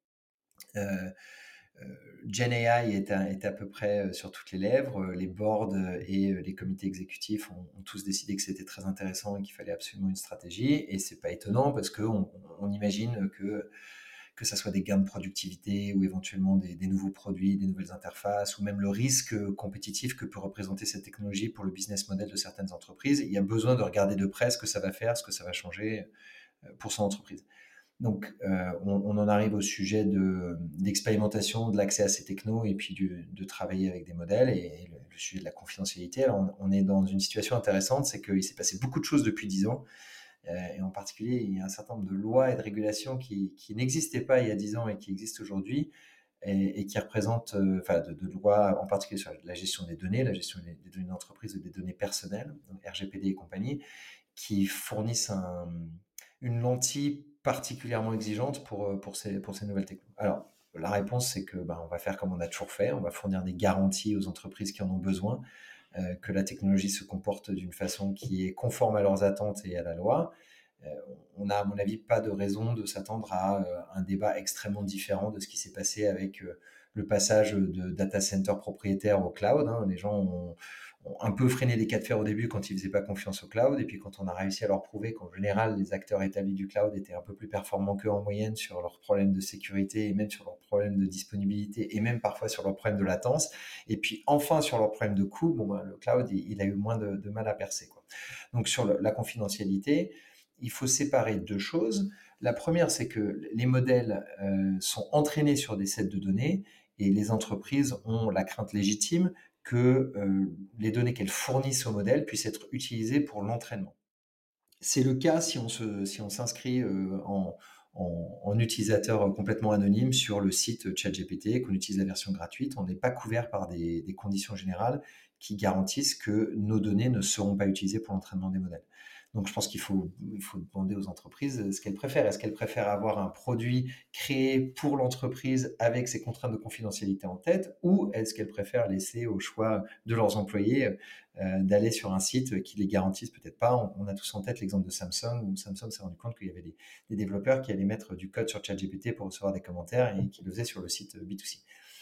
euh, euh, Gen A I est à, est à peu près euh, sur toutes les lèvres. Les boards et euh, les comités exécutifs ont, ont tous décidé que c'était très intéressant et qu'il fallait absolument une stratégie. Et c'est pas étonnant parce qu'on on imagine que que ça soit des gains de productivité ou éventuellement des, des nouveaux produits, des nouvelles interfaces, ou même le risque compétitif que peut représenter cette technologie pour le business model de certaines entreprises. Il y a besoin de regarder de près ce que ça va faire, ce que ça va changer euh, pour son entreprise. Donc, euh, on, on en arrive au sujet de, d'expérimentation, de l'accès à ces technos et puis du, de travailler avec des modèles et, et le, le sujet de la confidentialité. Alors, on, on est dans une situation intéressante, c'est qu'il s'est passé beaucoup de choses depuis dix ans. Euh, et en particulier, il y a un certain nombre de lois et de régulations qui, qui n'existaient pas il y a dix ans et qui existent aujourd'hui et, et qui représentent, euh, enfin, de, de lois en particulier sur la gestion des données, la gestion des, des données d'entreprise et des données personnelles, donc R G P D et compagnie, qui fournissent un, une lentille particulièrement exigeante pour, pour, ces, pour ces nouvelles technologies. Alors, la réponse, c'est que ben, on va faire comme on a toujours fait, on va fournir des garanties aux entreprises qui en ont besoin, euh, que la technologie se comporte d'une façon qui est conforme à leurs attentes et à la loi. Euh, on n'a, à mon avis, pas de raison de s'attendre à euh, un débat extrêmement différent de ce qui s'est passé avec euh, le passage de data center propriétaire au cloud. Hein. Les gens ont, ont un peu freiné les cas de fer au début quand ils faisaient pas confiance au cloud, et puis quand on a réussi à leur prouver qu'en général les acteurs établis du cloud étaient un peu plus performants qu'eux en moyenne sur leurs problèmes de sécurité et même sur leurs problèmes de disponibilité et même parfois sur leurs problèmes de latence, et puis enfin sur leurs problèmes de coût, bon ben, le cloud il, il a eu moins de, de mal à percer, quoi. Donc sur le, la confidentialité, il faut séparer deux choses. La première, c'est que les modèles euh, sont entraînés sur des sets de données et les entreprises ont la crainte légitime que euh, les données qu'elles fournissent au modèle puissent être utilisées pour l'entraînement. C'est le cas si on se, si on s'inscrit euh, en, en, en, utilisateur complètement anonyme sur le site ChatGPT, qu'on utilise la version gratuite. On n'est pas couvert par des, des conditions générales qui garantissent que nos données ne seront pas utilisées pour l'entraînement des modèles. Donc, je pense qu'il faut, il faut demander aux entreprises ce qu'elles préfèrent. Est-ce qu'elles préfèrent avoir un produit créé pour l'entreprise avec ses contraintes de confidentialité en tête, ou est-ce qu'elles préfèrent laisser au choix de leurs employés euh, d'aller sur un site qui les garantisse peut-être pas? On, on a tous en tête l'exemple de Samsung, où Samsung s'est rendu compte qu'il y avait des, des développeurs qui allaient mettre du code sur ChatGPT pour recevoir des commentaires et qui le faisaient sur le site B deux C.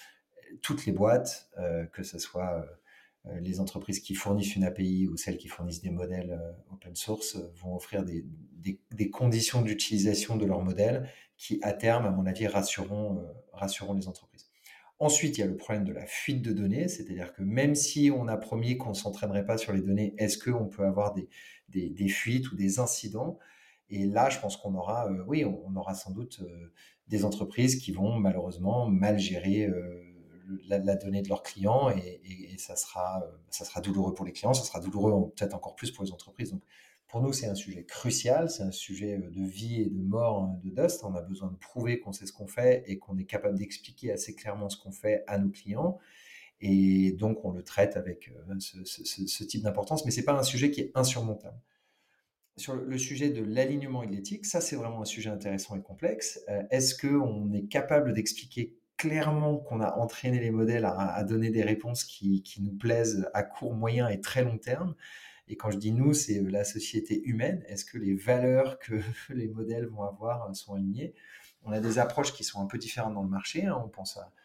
Toutes les boîtes, euh, que ce soit euh, les entreprises qui fournissent une A P I ou celles qui fournissent des modèles euh, open source, euh, vont offrir des, des, des conditions d'utilisation de leurs modèles qui, à terme, à mon avis, rassureront, euh, rassureront les entreprises. Ensuite, il y a le problème de la fuite de données, c'est-à-dire que même si on a promis qu'on ne s'entraînerait pas sur les données, est-ce qu'on peut avoir des, des, des fuites ou des incidents? Et là, je pense qu'on aura, euh, oui, on, on aura sans doute euh, des entreprises qui vont malheureusement mal gérer euh, la, la donnée de leurs clients et, et- et ça sera, euh, ça sera douloureux pour les clients, ça sera douloureux en- peut-être encore plus pour les entreprises. Donc, pour nous, c'est un sujet crucial, c'est un sujet euh, de vie et de mort hein, de Dust. On a besoin de prouver qu'on sait ce qu'on fait et qu'on est capable d'expliquer assez clairement ce qu'on fait à nos clients. Et donc, on le traite avec euh, ce, ce- ce- ce type d'importance, mais c'est pas un sujet qui est insurmontable. Sur le le sujet de l'alignement et de l'éthique, ça, c'est vraiment un sujet intéressant et complexe. Euh, est-ce qu'on est capable d'expliquer clairement qu'on a entraîné les modèles à, à donner des réponses qui, qui nous plaisent à court, moyen et très long terme? Et quand je dis nous, c'est la société humaine. Est-ce que les valeurs que les modèles vont avoir sont alignées? On a des approches qui sont un peu différentes dans le marché, hein. On pense à,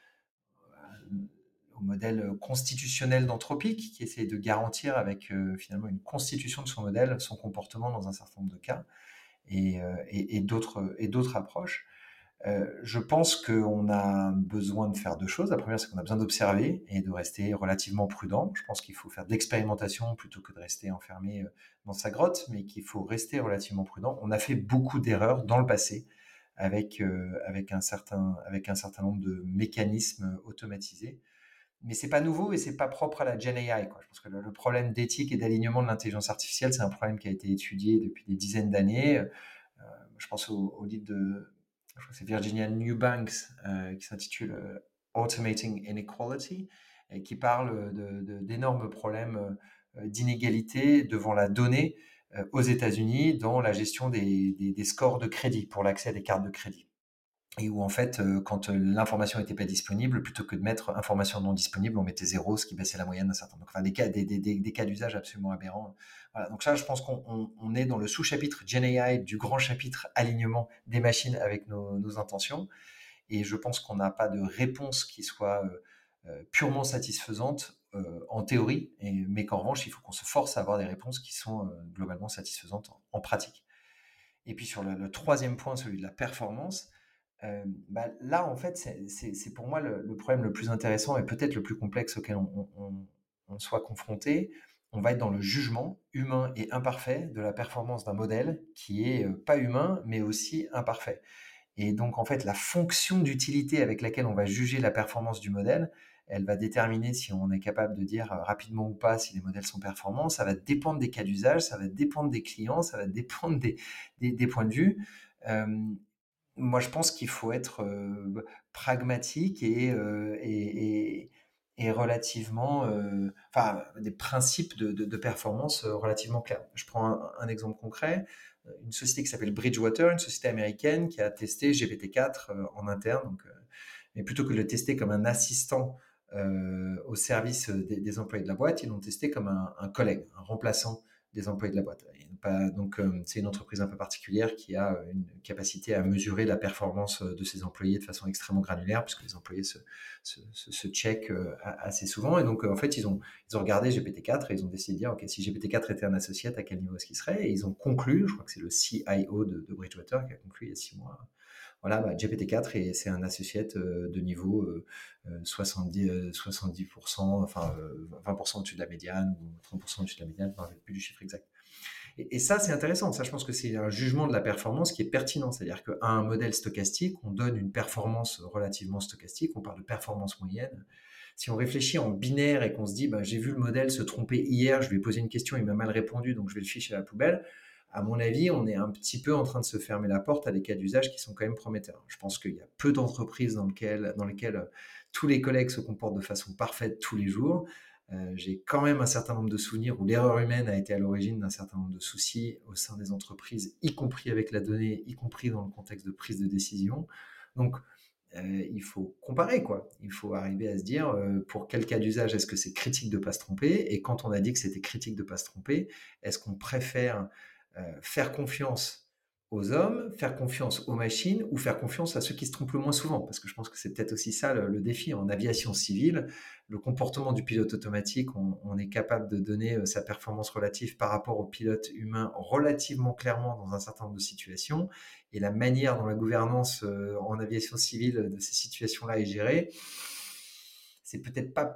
au modèle constitutionnel d'Anthropique qui essaie de garantir avec euh, finalement une constitution de son modèle son comportement dans un certain nombre de cas et, euh, et, et d'autres et d'autres approches. Euh, je pense qu'on a besoin de faire deux choses. La première, c'est qu'on a besoin d'observer et de rester relativement prudent. Je pense qu'il faut faire de l'expérimentation plutôt que de rester enfermé euh, dans sa grotte, mais qu'il faut rester relativement prudent. On a fait beaucoup d'erreurs dans le passé avec, euh, avec, un certain, avec un certain nombre de mécanismes automatisés. Mais c'est pas nouveau et c'est pas propre à la Gen A I, quoi. Je pense que le, le problème d'éthique et d'alignement de l'intelligence artificielle, c'est un problème qui a été étudié depuis des dizaines d'années. Euh, je pense au, au livre de, je crois que c'est Virginia Newbanks, euh, qui s'intitule euh, Automating Inequality, et qui parle de, de, d'énormes problèmes euh, d'inégalité devant la donnée euh, aux États-Unis dans la gestion des, des, des scores de crédit pour l'accès à des cartes de crédit. Et où en fait, euh, quand euh, l'information n'était pas disponible, plutôt que de mettre information non disponible, on mettait zéro, ce qui baissait la moyenne d'un certain nombre. Enfin, des cas, des, des, des, des cas d'usage absolument aberrants. Voilà. Donc ça, je pense qu'on on, on est dans le sous-chapitre Gen A I du grand chapitre alignement des machines avec nos, nos intentions. Et je pense qu'on n'a pas de réponse qui soit euh, euh, purement satisfaisante euh, en théorie, et, mais qu'en revanche, il faut qu'on se force à avoir des réponses qui sont euh, globalement satisfaisantes en, en pratique. Et puis sur le, le troisième point, celui de la performance, euh, bah, là, en fait, c'est, c'est, c'est pour moi le, le problème le plus intéressant et peut-être le plus complexe auquel on, on, on soit confronté. On va être dans le jugement humain et imparfait de la performance d'un modèle qui est euh, pas humain, mais aussi imparfait. Et donc, en fait, la fonction d'utilité avec laquelle on va juger la performance du modèle, elle va déterminer si on est capable de dire euh, rapidement ou pas si les modèles sont performants. Ça va dépendre des cas d'usage, ça va dépendre des clients, ça va dépendre des, des, des points de vue. Euh, moi, je pense qu'il faut être euh, pragmatique et, euh, et, et, et relativement, euh, enfin, des principes de, de, de performance euh, relativement clairs. Je prends un, un exemple concret. Une société qui s'appelle Bridgewater, une société américaine qui a testé G P T quatre euh, en interne. Donc, euh, mais plutôt que de le tester comme un assistant euh, au service des, des employés de la boîte, ils l'ont testé comme un, un collègue, un remplaçant des employés de la boîte. Et pas, donc, euh, c'est une entreprise un peu particulière qui a une capacité à mesurer la performance de ses employés de façon extrêmement granulaire, puisque les employés se, se, se, se checkent euh, assez souvent. Et donc, euh, en fait, ils ont, ils ont regardé G P T quatre et ils ont décidé de dire, OK, si G P T quatre était un associé, à quel niveau est-ce qu'il serait? Et ils ont conclu, je crois que c'est le C I O de, de Bridgewater qui a conclu il y a six mois, voilà, bah, G P T quatre, et c'est un associate euh, de niveau euh, soixante-dix, euh, soixante-dix pour cent, enfin euh, vingt pour cent au-dessus de la médiane, ou trente pour cent au-dessus de la médiane, je ne me rappelle plus du chiffre exact. Et, et ça, c'est intéressant. Ça, je pense que c'est un jugement de la performance qui est pertinent. C'est-à-dire qu'à un modèle stochastique, on donne une performance relativement stochastique, on parle de performance moyenne. Si on réfléchit en binaire et qu'on se dit, bah, j'ai vu le modèle se tromper hier, je lui ai posé une question, il m'a mal répondu, donc je vais le ficher à la poubelle, à mon avis, on est un petit peu en train de se fermer la porte à des cas d'usage qui sont quand même prometteurs. Je pense qu'il y a peu d'entreprises dans, lequel, dans lesquelles tous les collègues se comportent de façon parfaite tous les jours. Euh, j'ai quand même un certain nombre de souvenirs où l'erreur humaine a été à l'origine d'un certain nombre de soucis au sein des entreprises, y compris avec la donnée, y compris dans le contexte de prise de décision. Donc, euh, il faut comparer, quoi. Il faut arriver à se dire euh, pour quel cas d'usage est-ce que c'est critique de ne pas se tromper, et quand on a dit que c'était critique de ne pas se tromper, est-ce qu'on préfère euh, faire confiance aux hommes, faire confiance aux machines, ou faire confiance à ceux qui se trompent le moins souvent? Parce que je pense que c'est peut-être aussi ça le, le défi en aviation civile. Le comportement du pilote automatique, on, on est capable de donner euh, sa performance relative par rapport au pilote humain relativement clairement dans un certain nombre de situations, et la manière dont la gouvernance euh, en aviation civile de ces situations-là est gérée, c'est peut-être pas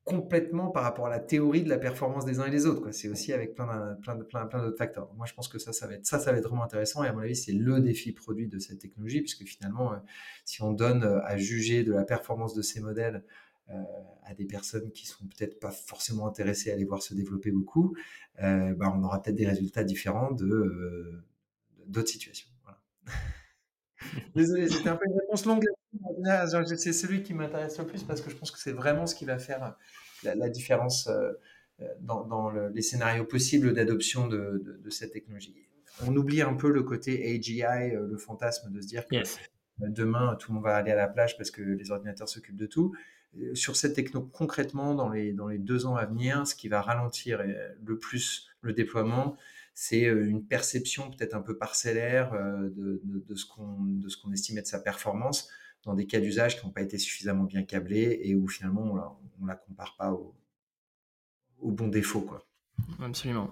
complètement par rapport à la théorie de la performance des uns et des autres, quoi. C'est aussi avec plein d'un plein de plein plein d'autres facteurs. Moi, je pense que ça, ça va être ça, ça va être vraiment intéressant et à mon avis, c'est le défi produit de cette technologie puisque finalement, heu, si on donne, heu, à juger de la performance de ces modèles, heu, à des personnes qui sont peut-être pas forcément intéressées à les voir se développer beaucoup, heu, bah, on aura peut-être des résultats différents de, heu, d'autres situations. Voilà. Désolé, c'était un peu une réponse longue. En général, genre, c'est celui qui m'intéresse le plus parce que je pense que c'est vraiment ce qui va faire la, la différence euh, euh, dans, dans le- les scénarios possibles d'adoption de, de- de cette technologie. On oublie un peu le côté A G I, euh, le fantasme de se dire que euh, Yes. demain tout le monde va aller à la plage parce que les ordinateurs s'occupent de tout. Euh, Sur cette techno, concrètement, dans les, dans les deux ans à venir, ce qui va ralentir euh, le plus le déploiement, c'est euh, une perception peut-être un peu parcellaire euh, de, de, de ce qu'on de ce qu'on estimait de sa performance dans des cas d'usage qui n'ont pas été suffisamment bien câblés et où finalement on la, on la compare pas au, au bon défaut, quoi. Absolument.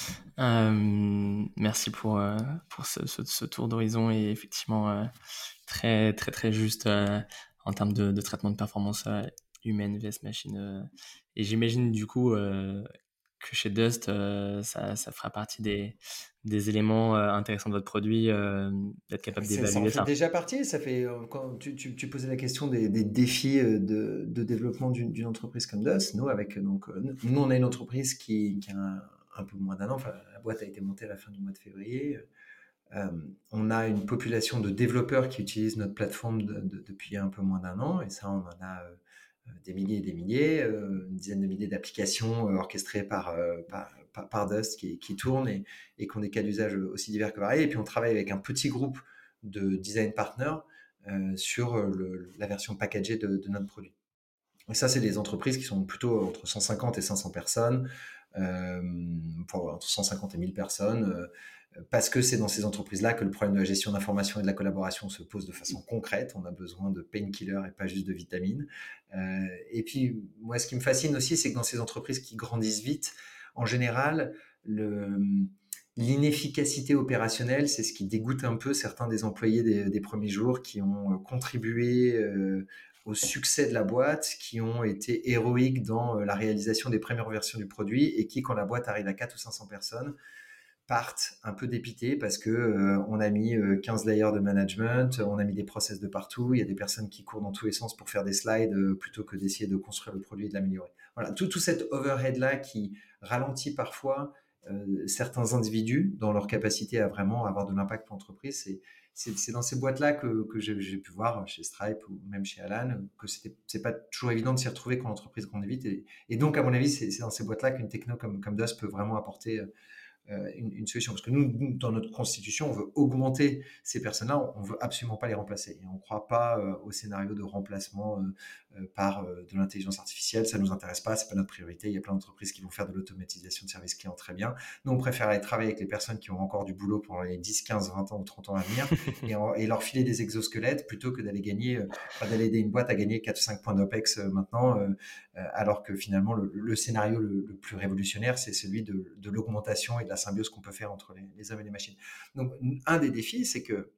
Euh, merci pour, euh, pour ce, ce, ce tour d'horizon et effectivement euh, très très très juste euh, en termes de, de traitement de performance euh, humaine vs machine. euh. Et j'imagine du coup euh, que chez Dust, euh, ça, ça fera partie des, des éléments euh, intéressants de votre produit, euh, d'être capable C'est- Ça en d'évaluer fait ça. déjà partie. Ça fait euh, quand tu, tu, tu posais la question des, des défis euh, de, de développement d'une d'une entreprise comme DOS. Nous, avec euh, donc euh, nous, on a une entreprise qui, qui a un, un peu moins d'un an. Enfin, la boîte a été montée à la fin du mois de février. Euh, on a une population de développeurs qui utilisent notre plateforme de- de- depuis un peu moins d'un an, et ça, on en a euh, des milliers et des milliers, euh, une dizaine de milliers d'applications euh, orchestrées par, euh, par, par, par Dust qui, qui tournent et, et qui ont des cas d'usage aussi divers que variés. Et puis, on travaille avec un petit groupe de design partners euh, sur le, la version packagée de, de notre produit. Et ça, c'est des entreprises qui sont plutôt entre cent cinquante et cinq cents personnes, euh, enfin, entre cent cinquante et mille personnes, euh, parce que c'est dans ces entreprises-là que le problème de la gestion d'information et de la collaboration se pose de façon concrète. On a besoin de painkillers et pas juste de vitamines. Euh, et puis, moi, ce qui me fascine aussi, c'est que dans ces entreprises qui grandissent vite, en général, le, l'inefficacité opérationnelle, c'est ce qui dégoûte un peu certains des employés des, des premiers jours qui ont contribué euh, au succès de la boîte, qui ont été héroïques dans la réalisation des premières versions du produit et qui, quand la boîte arrive à quatre ou cinq cents personnes, partent un peu dépités parce que euh, on a mis euh, quinze layers de management, on a mis des process de partout, il y a des personnes qui courent dans tous les sens pour faire des slides euh, plutôt que d'essayer de construire le produit et de l'améliorer. Voilà, tout, tout cet overhead là qui ralentit parfois euh, certains individus dans leur capacité à vraiment avoir de l'impact pour l'entreprise. C'est, c'est, c'est dans ces boîtes-là que, que j'ai, j'ai pu voir chez Stripe ou même chez Alan que c'était, c'est pas toujours évident de s'y retrouver quand l'entreprise grandit vite. Et, et donc, à mon avis, c'est, c'est dans ces boîtes-là qu'une techno comme, comme DOS peut vraiment apporter euh, une, une solution. Parce que nous, nous, dans notre constitution, on veut augmenter ces personnes-là, on veut absolument pas les remplacer. Et on ne croit pas euh, au scénario de remplacement euh, euh, par euh, de l'intelligence artificielle. Ça nous intéresse pas, c'est pas notre priorité. Il y a plein d'entreprises qui vont faire de l'automatisation de services clients très bien. Nous, on préfère aller travailler avec les personnes qui ont encore du boulot pendant les dix, quinze, vingt ans ou trente ans à venir et, en, et leur filer des exosquelettes plutôt que d'aller gagner, euh, enfin, d'aller aider une boîte à gagner quatre ou cinq points d'OPEX euh, maintenant, euh, euh, alors que finalement, le, le scénario le, le plus révolutionnaire, c'est celui de, de l'augmentation et de la symbiose qu'on peut faire entre les, les hommes et les machines. Donc, un des défis, c'est que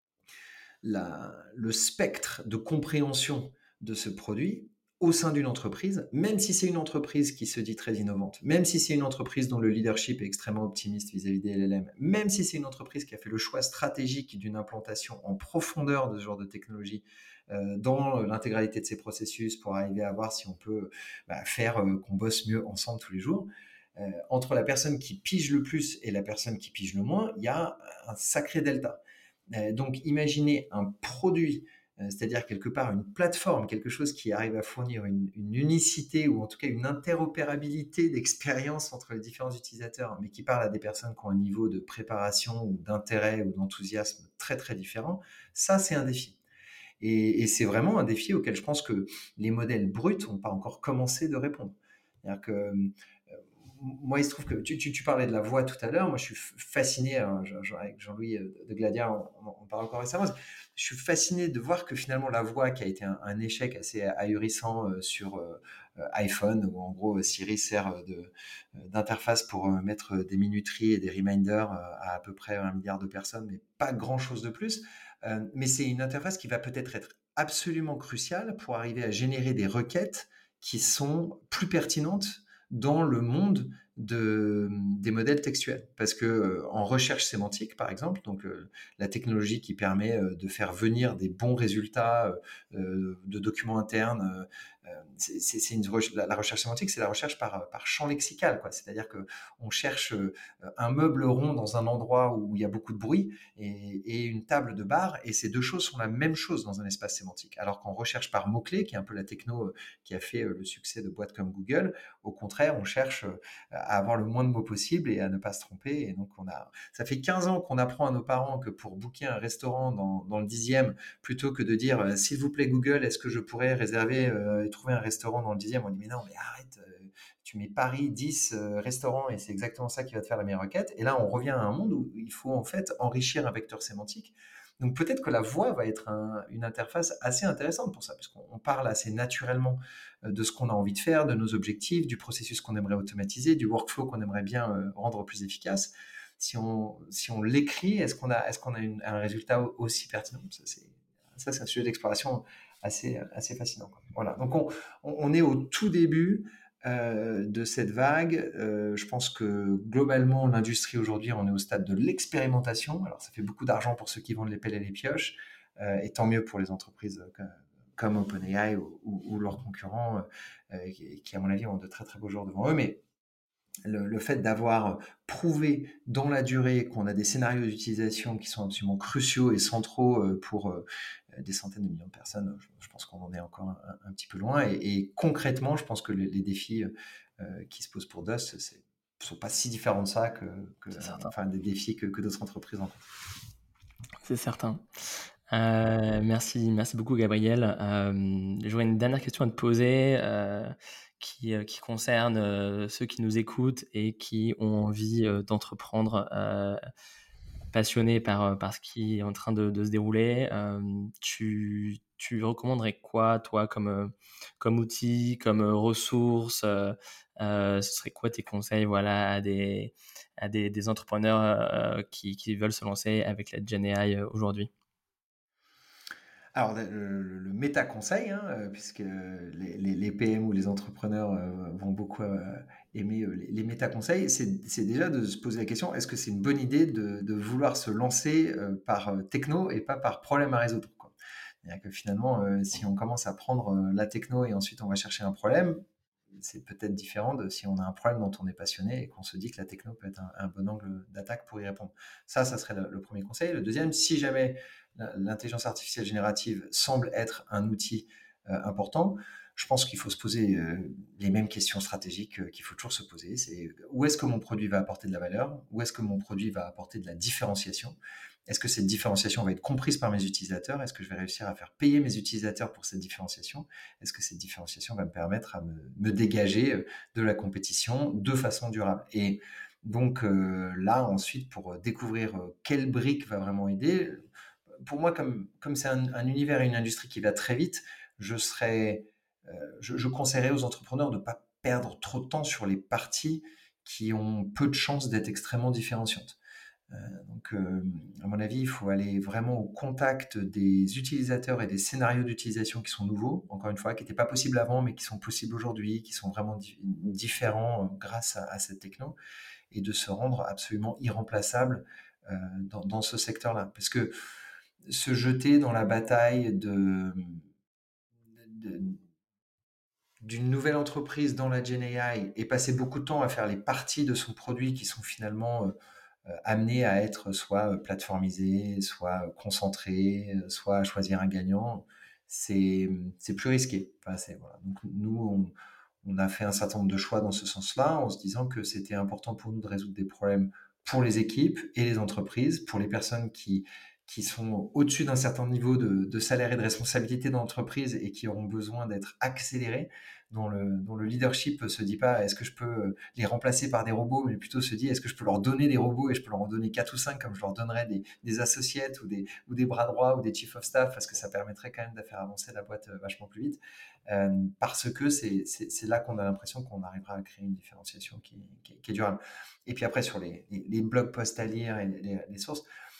la, le spectre de compréhension de ce produit au sein d'une entreprise, même si c'est une entreprise qui se dit très innovante, même si c'est une entreprise dont le leadership est extrêmement optimiste vis-à-vis des L L M, même si c'est une entreprise qui a fait le choix stratégique d'une implantation en profondeur de ce genre de technologie euh, dans l'intégralité de ses processus pour arriver à voir si on peut bah, faire euh, qu'on bosse mieux ensemble tous les jours, euh, entre la personne qui pige le plus et la personne qui pige le moins, il y a un sacré delta. Euh, donc, imaginez un produit, euh, c'est-à-dire quelque part une plateforme, quelque chose qui arrive à fournir une, une unicité ou en tout cas une interopérabilité d'expérience entre les différents utilisateurs, mais qui parle à des personnes qui ont un niveau de préparation ou d'intérêt ou d'enthousiasme très très différent. Ça, c'est un défi. Et, et c'est vraiment un défi auquel je pense que les modèles bruts n'ont pas encore commencé de répondre. C'est-à-dire que euh, moi, il se trouve que tu, tu, tu parlais de la voix tout à l'heure. Moi, je suis fasciné, hein, avec Jean-Louis de Gladia, on, on, on parle encore récemment. Je suis fasciné de voir que finalement, la voix qui a été un, un échec assez ahurissant euh, sur euh, iPhone, où en gros, Siri sert de, d'interface pour euh, mettre des minuteries et des reminders euh, à à peu près un milliard de personnes, mais pas grand-chose de plus. Euh, mais c'est une interface qui va peut-être être absolument cruciale pour arriver à générer des requêtes qui sont plus pertinentes dans le monde de, des modèles textuels. Parce que euh, en recherche sémantique, par exemple, donc euh, la technologie qui permet euh, de faire venir des bons résultats euh, de documents internes, euh, c'est, c'est, c'est une, la, la recherche sémantique, c'est la recherche par, par champ lexical, quoi. C'est-à-dire que on cherche euh, un meuble rond dans un endroit où il y a beaucoup de bruit et, et une table de bar, et ces deux choses sont la même chose dans un espace sémantique. Alors qu'en recherche par mots-clés, qui est un peu la techno euh, qui a fait euh, le succès de boîtes comme Google, au contraire, on cherche euh, à avoir le moins de mots possible et à ne pas se tromper. Et donc, on a, ça fait quinze ans qu'on apprend à nos parents que pour booker un restaurant dans, dans le dixième, plutôt que de dire euh, s'il vous plaît Google, est-ce que je pourrais réserver euh, et trouver un restaurant dans le dixième, on dit mais non, mais arrête, euh, tu mets Paris dix euh, restaurants et c'est exactement ça qui va te faire la meilleure requête. Et là, on revient à un monde où il faut en fait enrichir un vecteur sémantique. Donc peut-être que la voix va être un, une interface assez intéressante pour ça, puisqu'on parle assez naturellement de ce qu'on a envie de faire, de nos objectifs, du processus qu'on aimerait automatiser, du workflow qu'on aimerait bien euh, rendre plus efficace. Si on, si on l'écrit, est-ce qu'on a, est-ce qu'on a une, un résultat aussi pertinent? Ça, c'est, ça, c'est un sujet d'exploration assez, assez fascinant, quoi. Voilà. Donc on, on est au tout début euh, de cette vague. Euh, je pense que globalement, l'industrie aujourd'hui, on est au stade de l'expérimentation. Alors ça fait beaucoup d'argent pour ceux qui vendent les pelles et les pioches, euh, et tant mieux pour les entreprises comme, comme OpenAI ou, ou, ou leurs concurrents, euh, qui, qui, à mon avis, ont de très très beaux jours devant eux. Mais le, le fait d'avoir prouvé dans la durée qu'on a des scénarios d'utilisation qui sont absolument cruciaux et centraux pour euh, des centaines de millions de personnes, je, je pense qu'on en est encore un, un petit peu loin. Et, et concrètement, je pense que les, les défis euh, qui se posent pour Dust, c'est ne sont pas si différents de ça que, que enfin, des défis que, que d'autres entreprises rencontrent. C'est certain. Euh, merci, merci beaucoup Gabriel. Euh, J'aurais une dernière question à te poser euh, qui, qui concerne euh, ceux qui nous écoutent et qui ont envie euh, d'entreprendre, euh, passionnés par, par ce qui est en train de, de se dérouler. Euh, tu, tu recommanderais quoi, toi, comme, euh, comme outil, comme euh, ressource euh, euh, ce serait quoi tes conseils, voilà, à des, à des, des entrepreneurs euh, qui, qui veulent se lancer avec la Gen A I aujourd'hui? Alors, le, le, le méta-conseil, hein, euh, puisque les, les, les P M ou les entrepreneurs euh, vont beaucoup euh, aimer euh, les, les méta-conseils, c'est déjà de se poser la question, est-ce que c'est une bonne idée de, de vouloir se lancer euh, par euh, techno et pas par problème à résoudre, quoi. C'est-à-dire que finalement, euh, si on commence à prendre euh, la techno et ensuite on va chercher un problème, c'est peut-être différent de si on a un problème dont on est passionné et qu'on se dit que la techno peut être un, un bon angle d'attaque pour y répondre. Ça, ça serait le, le premier conseil. Le deuxième, si jamais l'intelligence artificielle générative semble être un outil euh, important, je pense qu'il faut se poser euh, les mêmes questions stratégiques euh, qu'il faut toujours se poser. C'est où est-ce que mon produit va apporter de la valeur? Où est-ce que mon produit va apporter de la différenciation? Est-ce que cette différenciation va être comprise par mes utilisateurs? Est-ce que je vais réussir à faire payer mes utilisateurs pour cette différenciation? Est-ce que cette différenciation va me permettre à me, me dégager de la compétition de façon durable? Et donc euh, là, ensuite, pour découvrir euh, quelle brique va vraiment aider, pour moi, comme comme c'est un, un univers et une industrie qui va très vite, je serais, euh, je, je conseillerais aux entrepreneurs de ne pas perdre trop de temps sur les parties qui ont peu de chances d'être extrêmement différenciantes. Euh, donc, euh, à mon avis, il faut aller vraiment au contact des utilisateurs et des scénarios d'utilisation qui sont nouveaux, encore une fois, qui n'étaient pas possibles avant, mais qui sont possibles aujourd'hui, qui sont vraiment di différents euh, grâce à, à cette techno, et de se rendre absolument irremplaçable euh, dans, dans ce secteur-là. Parce que se jeter dans la bataille de, de d'une nouvelle entreprise dans la Gen A I et passer beaucoup de temps à faire les parties de son produit qui sont finalement euh, euh, amenées à être soit plateformisées, soit concentrées, soit à choisir un gagnant, c'est c'est plus risqué. Enfin, c'est, voilà. Donc nous, on, on a fait un certain nombre de choix dans ce sens-là, en se disant que c'était important pour nous de résoudre des problèmes pour les équipes et les entreprises, pour les personnes qui qui sont au-dessus d'un certain niveau de, de salaire et de responsabilité dans l'entreprise et qui auront besoin d'être accélérés, dont le, dont le leadership se dit pas est-ce que je peux les remplacer par des robots, mais plutôt se dit est-ce que je peux leur donner des robots et je peux leur en donner quatre ou cinq comme je leur donnerais des, des associates ou des, ou des bras droits ou des chief of staff, parce que ça permettrait quand même de faire avancer la boîte vachement plus vite, euh, parce que c'est, c'est, c'est là qu'on a l'impression qu'on arrivera à créer une différenciation qui, qui, qui est durable. Et puis après, sur les, les, les blog posts à lire et les, les sources,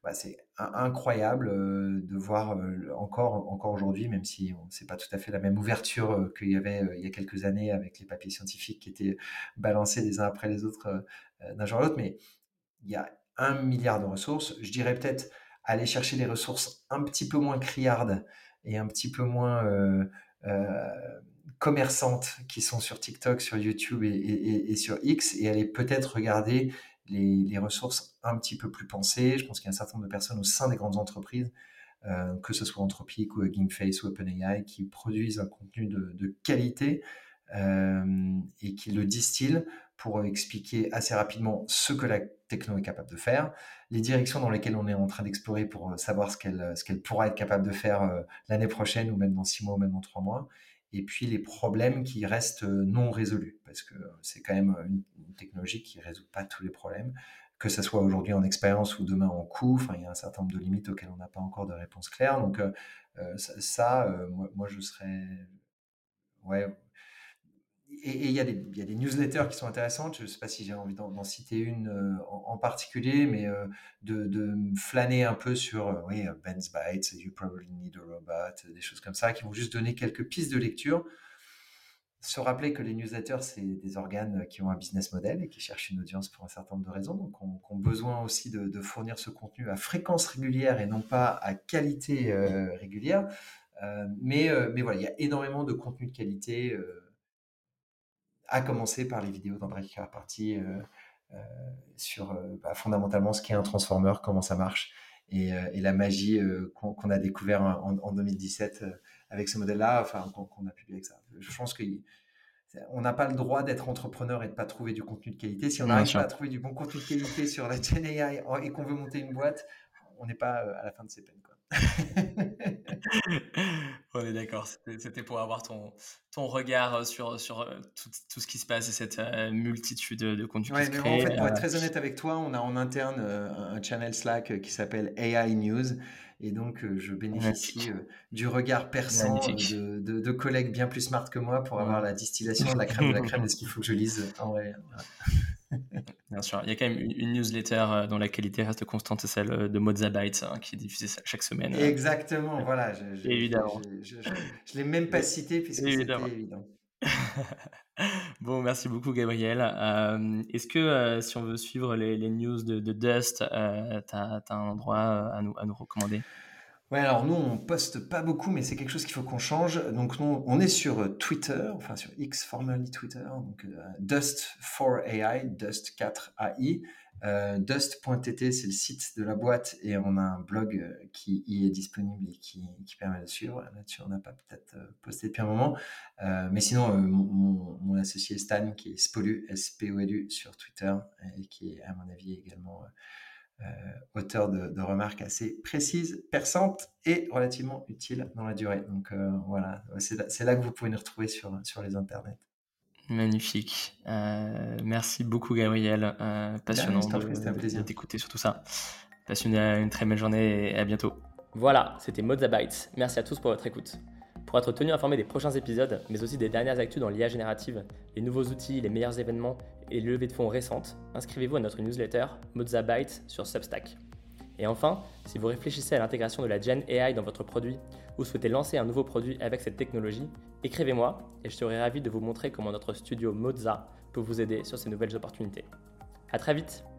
bah, c'est in incroyable, heu, de voir, heu, encore encore aujourd'hui, même si on c'est pas tout à fait la même ouverture, heu, qu'il y avait, heu, il y a quelques années avec les papiers scientifiques qui étaient balancés les uns après les autres, heu heu, d'un jour à l'autre. Mais il y a un milliard de ressources. Je dirais peut-être aller chercher des ressources un petit peu moins criardes et un petit peu moins, heu heu, commerçantes qui sont sur TikTok, sur YouTube et et et sur X, et aller peut-être regarder les les ressources un petit peu plus pensées. Je pense qu'il y a un certain nombre de personnes au sein des grandes entreprises, heu, que ce soit Anthropic ou Hugging Face ou OpenAI, qui produisent un contenu de de qualité, hem et qui le distillent pour expliquer assez rapidement ce que la techno est capable de faire, les directions dans lesquelles on est en train d'explorer pour, heu, savoir ce qu'elle, ce qu'elle pourra être capable de faire, heu, l'année prochaine ou même dans six mois ou même dans trois mois, et puis les problèmes qui restent, heu, non résolus. Parce que, heu, c'est quand même, une une technologie qui résout pas tous les problèmes, que ça soit aujourd'hui en expérience ou demain en coût. Enfin, il y a un certain nombre de limites auxquelles on n'a pas encore de réponse claire. Donc, heu heu, ça ça, heu, moi moi je serais ouais, et et il y a des il y a des newsletters qui sont intéressantes. Je ne sais pas si j'ai envie d'en d'en citer une, heu, en en particulier, mais, heu, de de flâner un peu sur, heu, oui, heu, Ben's Bytes, You Probably Need a Robot, des choses comme ça, qui vont juste donner quelques pistes de lecture. Se rappeler que les newsletters, c'est des organes qui ont un business model et qui cherchent une audience pour un certain nombre de raisons, donc qui ont qui ont besoin aussi de de fournir ce contenu à fréquence régulière et non pas à qualité, heu, régulière. Heu, mais, heu, mais voilà, il y a énormément de contenu de qualité, heu à commencer par les vidéos dans Breaker Party, euh, euh, sur, euh, bah, fondamentalement ce qu'est un transformer, comment ça marche, et, euh, et la magie, euh, qu'on qu'on a découvert en, en deux mille dix-sept, euh, avec ce modèle-là, enfin qu'on qu'on a publié avec ça. Je pense qu'on n'a pas le droit d'être entrepreneur et de pas trouver du contenu de qualité. Si on Bien n'arrive pas sûr. à trouver du bon contenu de qualité sur la Gen A I et qu'on veut monter une boîte, on n'est pas, euh, à la fin de ses peines, quoi. On est d'accord, c'était c'était pour avoir ton, ton regard sur, sur euh, tout, tout ce qui se passe et cette euh, multitude de, de contenus qui Ouais, se mais moi, en créent. fait, pour être euh, très honnête avec toi, on a en interne, euh, un channel Slack, euh, qui s'appelle A I News, et donc, euh, je bénéficie, magnifique, euh, du regard perçant, euh, magnifique. de, de, de collègues bien plus smart que moi pour avoir Ouais. la distillation de la crème de la crème de ce qu'il faut que je lise en vrai. Bien sûr, il y a quand même une, une newsletter euh, dont la qualité reste constante, c'est celle euh, de Mozzabytes, hein, qui est diffusée sa- chaque semaine. euh, Exactement, voilà, je, je, je l'ai, évidemment. je, je, je, je l'ai même pas É- cité puisque c'était Évidemment. évident. Bon, merci beaucoup, Gabriel. Euh, est-ce que euh, si on veut suivre les, les news de, de Dust, euh, tu as un endroit euh, à nous, à nous recommander? Ouais, alors nous, on poste pas beaucoup, mais c'est quelque chose qu'il faut qu'on change. Donc nous, on est sur, euh, Twitter, enfin sur X, formerly Twitter, donc, euh, Dust quatre A I, Dust quatre A I. Euh, dust point t t, c'est le site de la boîte, et on a un blog, euh, qui y est disponible et qui, qui permet de suivre. Là-dessus, on n'a pas peut-être, euh, posté depuis un moment. Euh, mais sinon, euh, mon, mon- mon associé Stan, qui est Spolu, S P O L U, sur Twitter, et qui est, à mon avis, également, euh, euh, auteur de, de remarques assez précises, perçantes et relativement utiles dans la durée. Donc, euh, voilà, c'est là, c'est là que vous pouvez nous retrouver sur, sur les internets. Magnifique. Euh, merci beaucoup, Gabriel. Euh, Derrière, je passionnant t'en de, prie, c'était un de plaisir. t'écouter sur tout ça. Passe une, une très belle journée et à bientôt. Voilà, c'était Mozzabytes. Merci à tous pour votre écoute. Pour être tenu informé des prochains épisodes, mais aussi des dernières actus dans l'I A générative, les nouveaux outils, les meilleurs événements et les levées de fonds récentes, inscrivez-vous à notre newsletter Mozzabytes sur Substack. Et enfin, si vous réfléchissez à l'intégration de la Gen A I dans votre produit ou souhaitez lancer un nouveau produit avec cette technologie, écrivez-moi et je serai ravi de vous montrer comment notre studio Mozza peut vous aider sur ces nouvelles opportunités. À très vite!